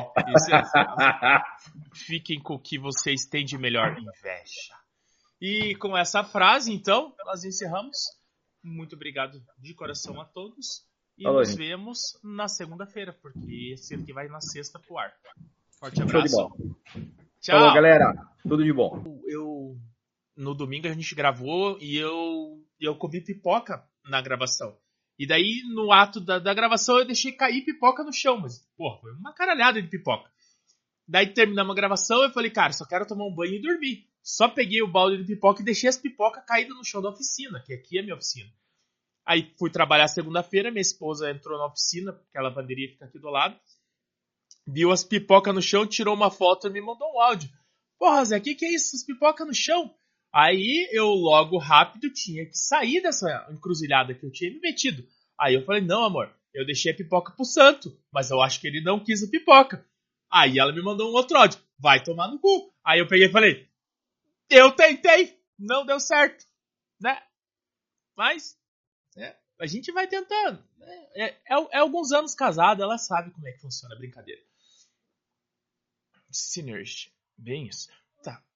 Fiquem com o que vocês têm de melhor, inveja. E com essa frase, então, nós encerramos. Muito obrigado de coração a todos. E nos vemos na segunda-feira, porque esse aqui vai na sexta pro ar. Forte abraço. Tchau. Falou, galera. Tudo de bom. No domingo a gente gravou e eu comi pipoca na gravação. E daí, no ato da gravação, eu deixei cair pipoca no chão. Mas, foi uma caralhada de pipoca. Daí, terminamos a gravação, eu falei, cara, só quero tomar um banho e dormir. Só peguei o balde de pipoca e deixei as pipocas caídas no chão da oficina, que aqui é a minha oficina. Aí, fui trabalhar segunda-feira, minha esposa entrou na oficina, porque a lavanderia fica aqui do lado. Viu as pipocas no chão, tirou uma foto e me mandou um áudio. Porra, Zé, que é isso? As pipocas no chão? Aí eu logo rápido tinha que sair dessa encruzilhada que eu tinha me metido. Aí eu falei, não amor, eu deixei a pipoca pro santo, mas eu acho que ele não quis a pipoca. Aí ela me mandou um outro áudio, vai tomar no cu. Aí eu peguei e falei, eu tentei, não deu certo, né? Mas a gente vai tentando. É alguns anos casado, ela sabe como é que funciona a brincadeira. Sinners, bem isso. Tá.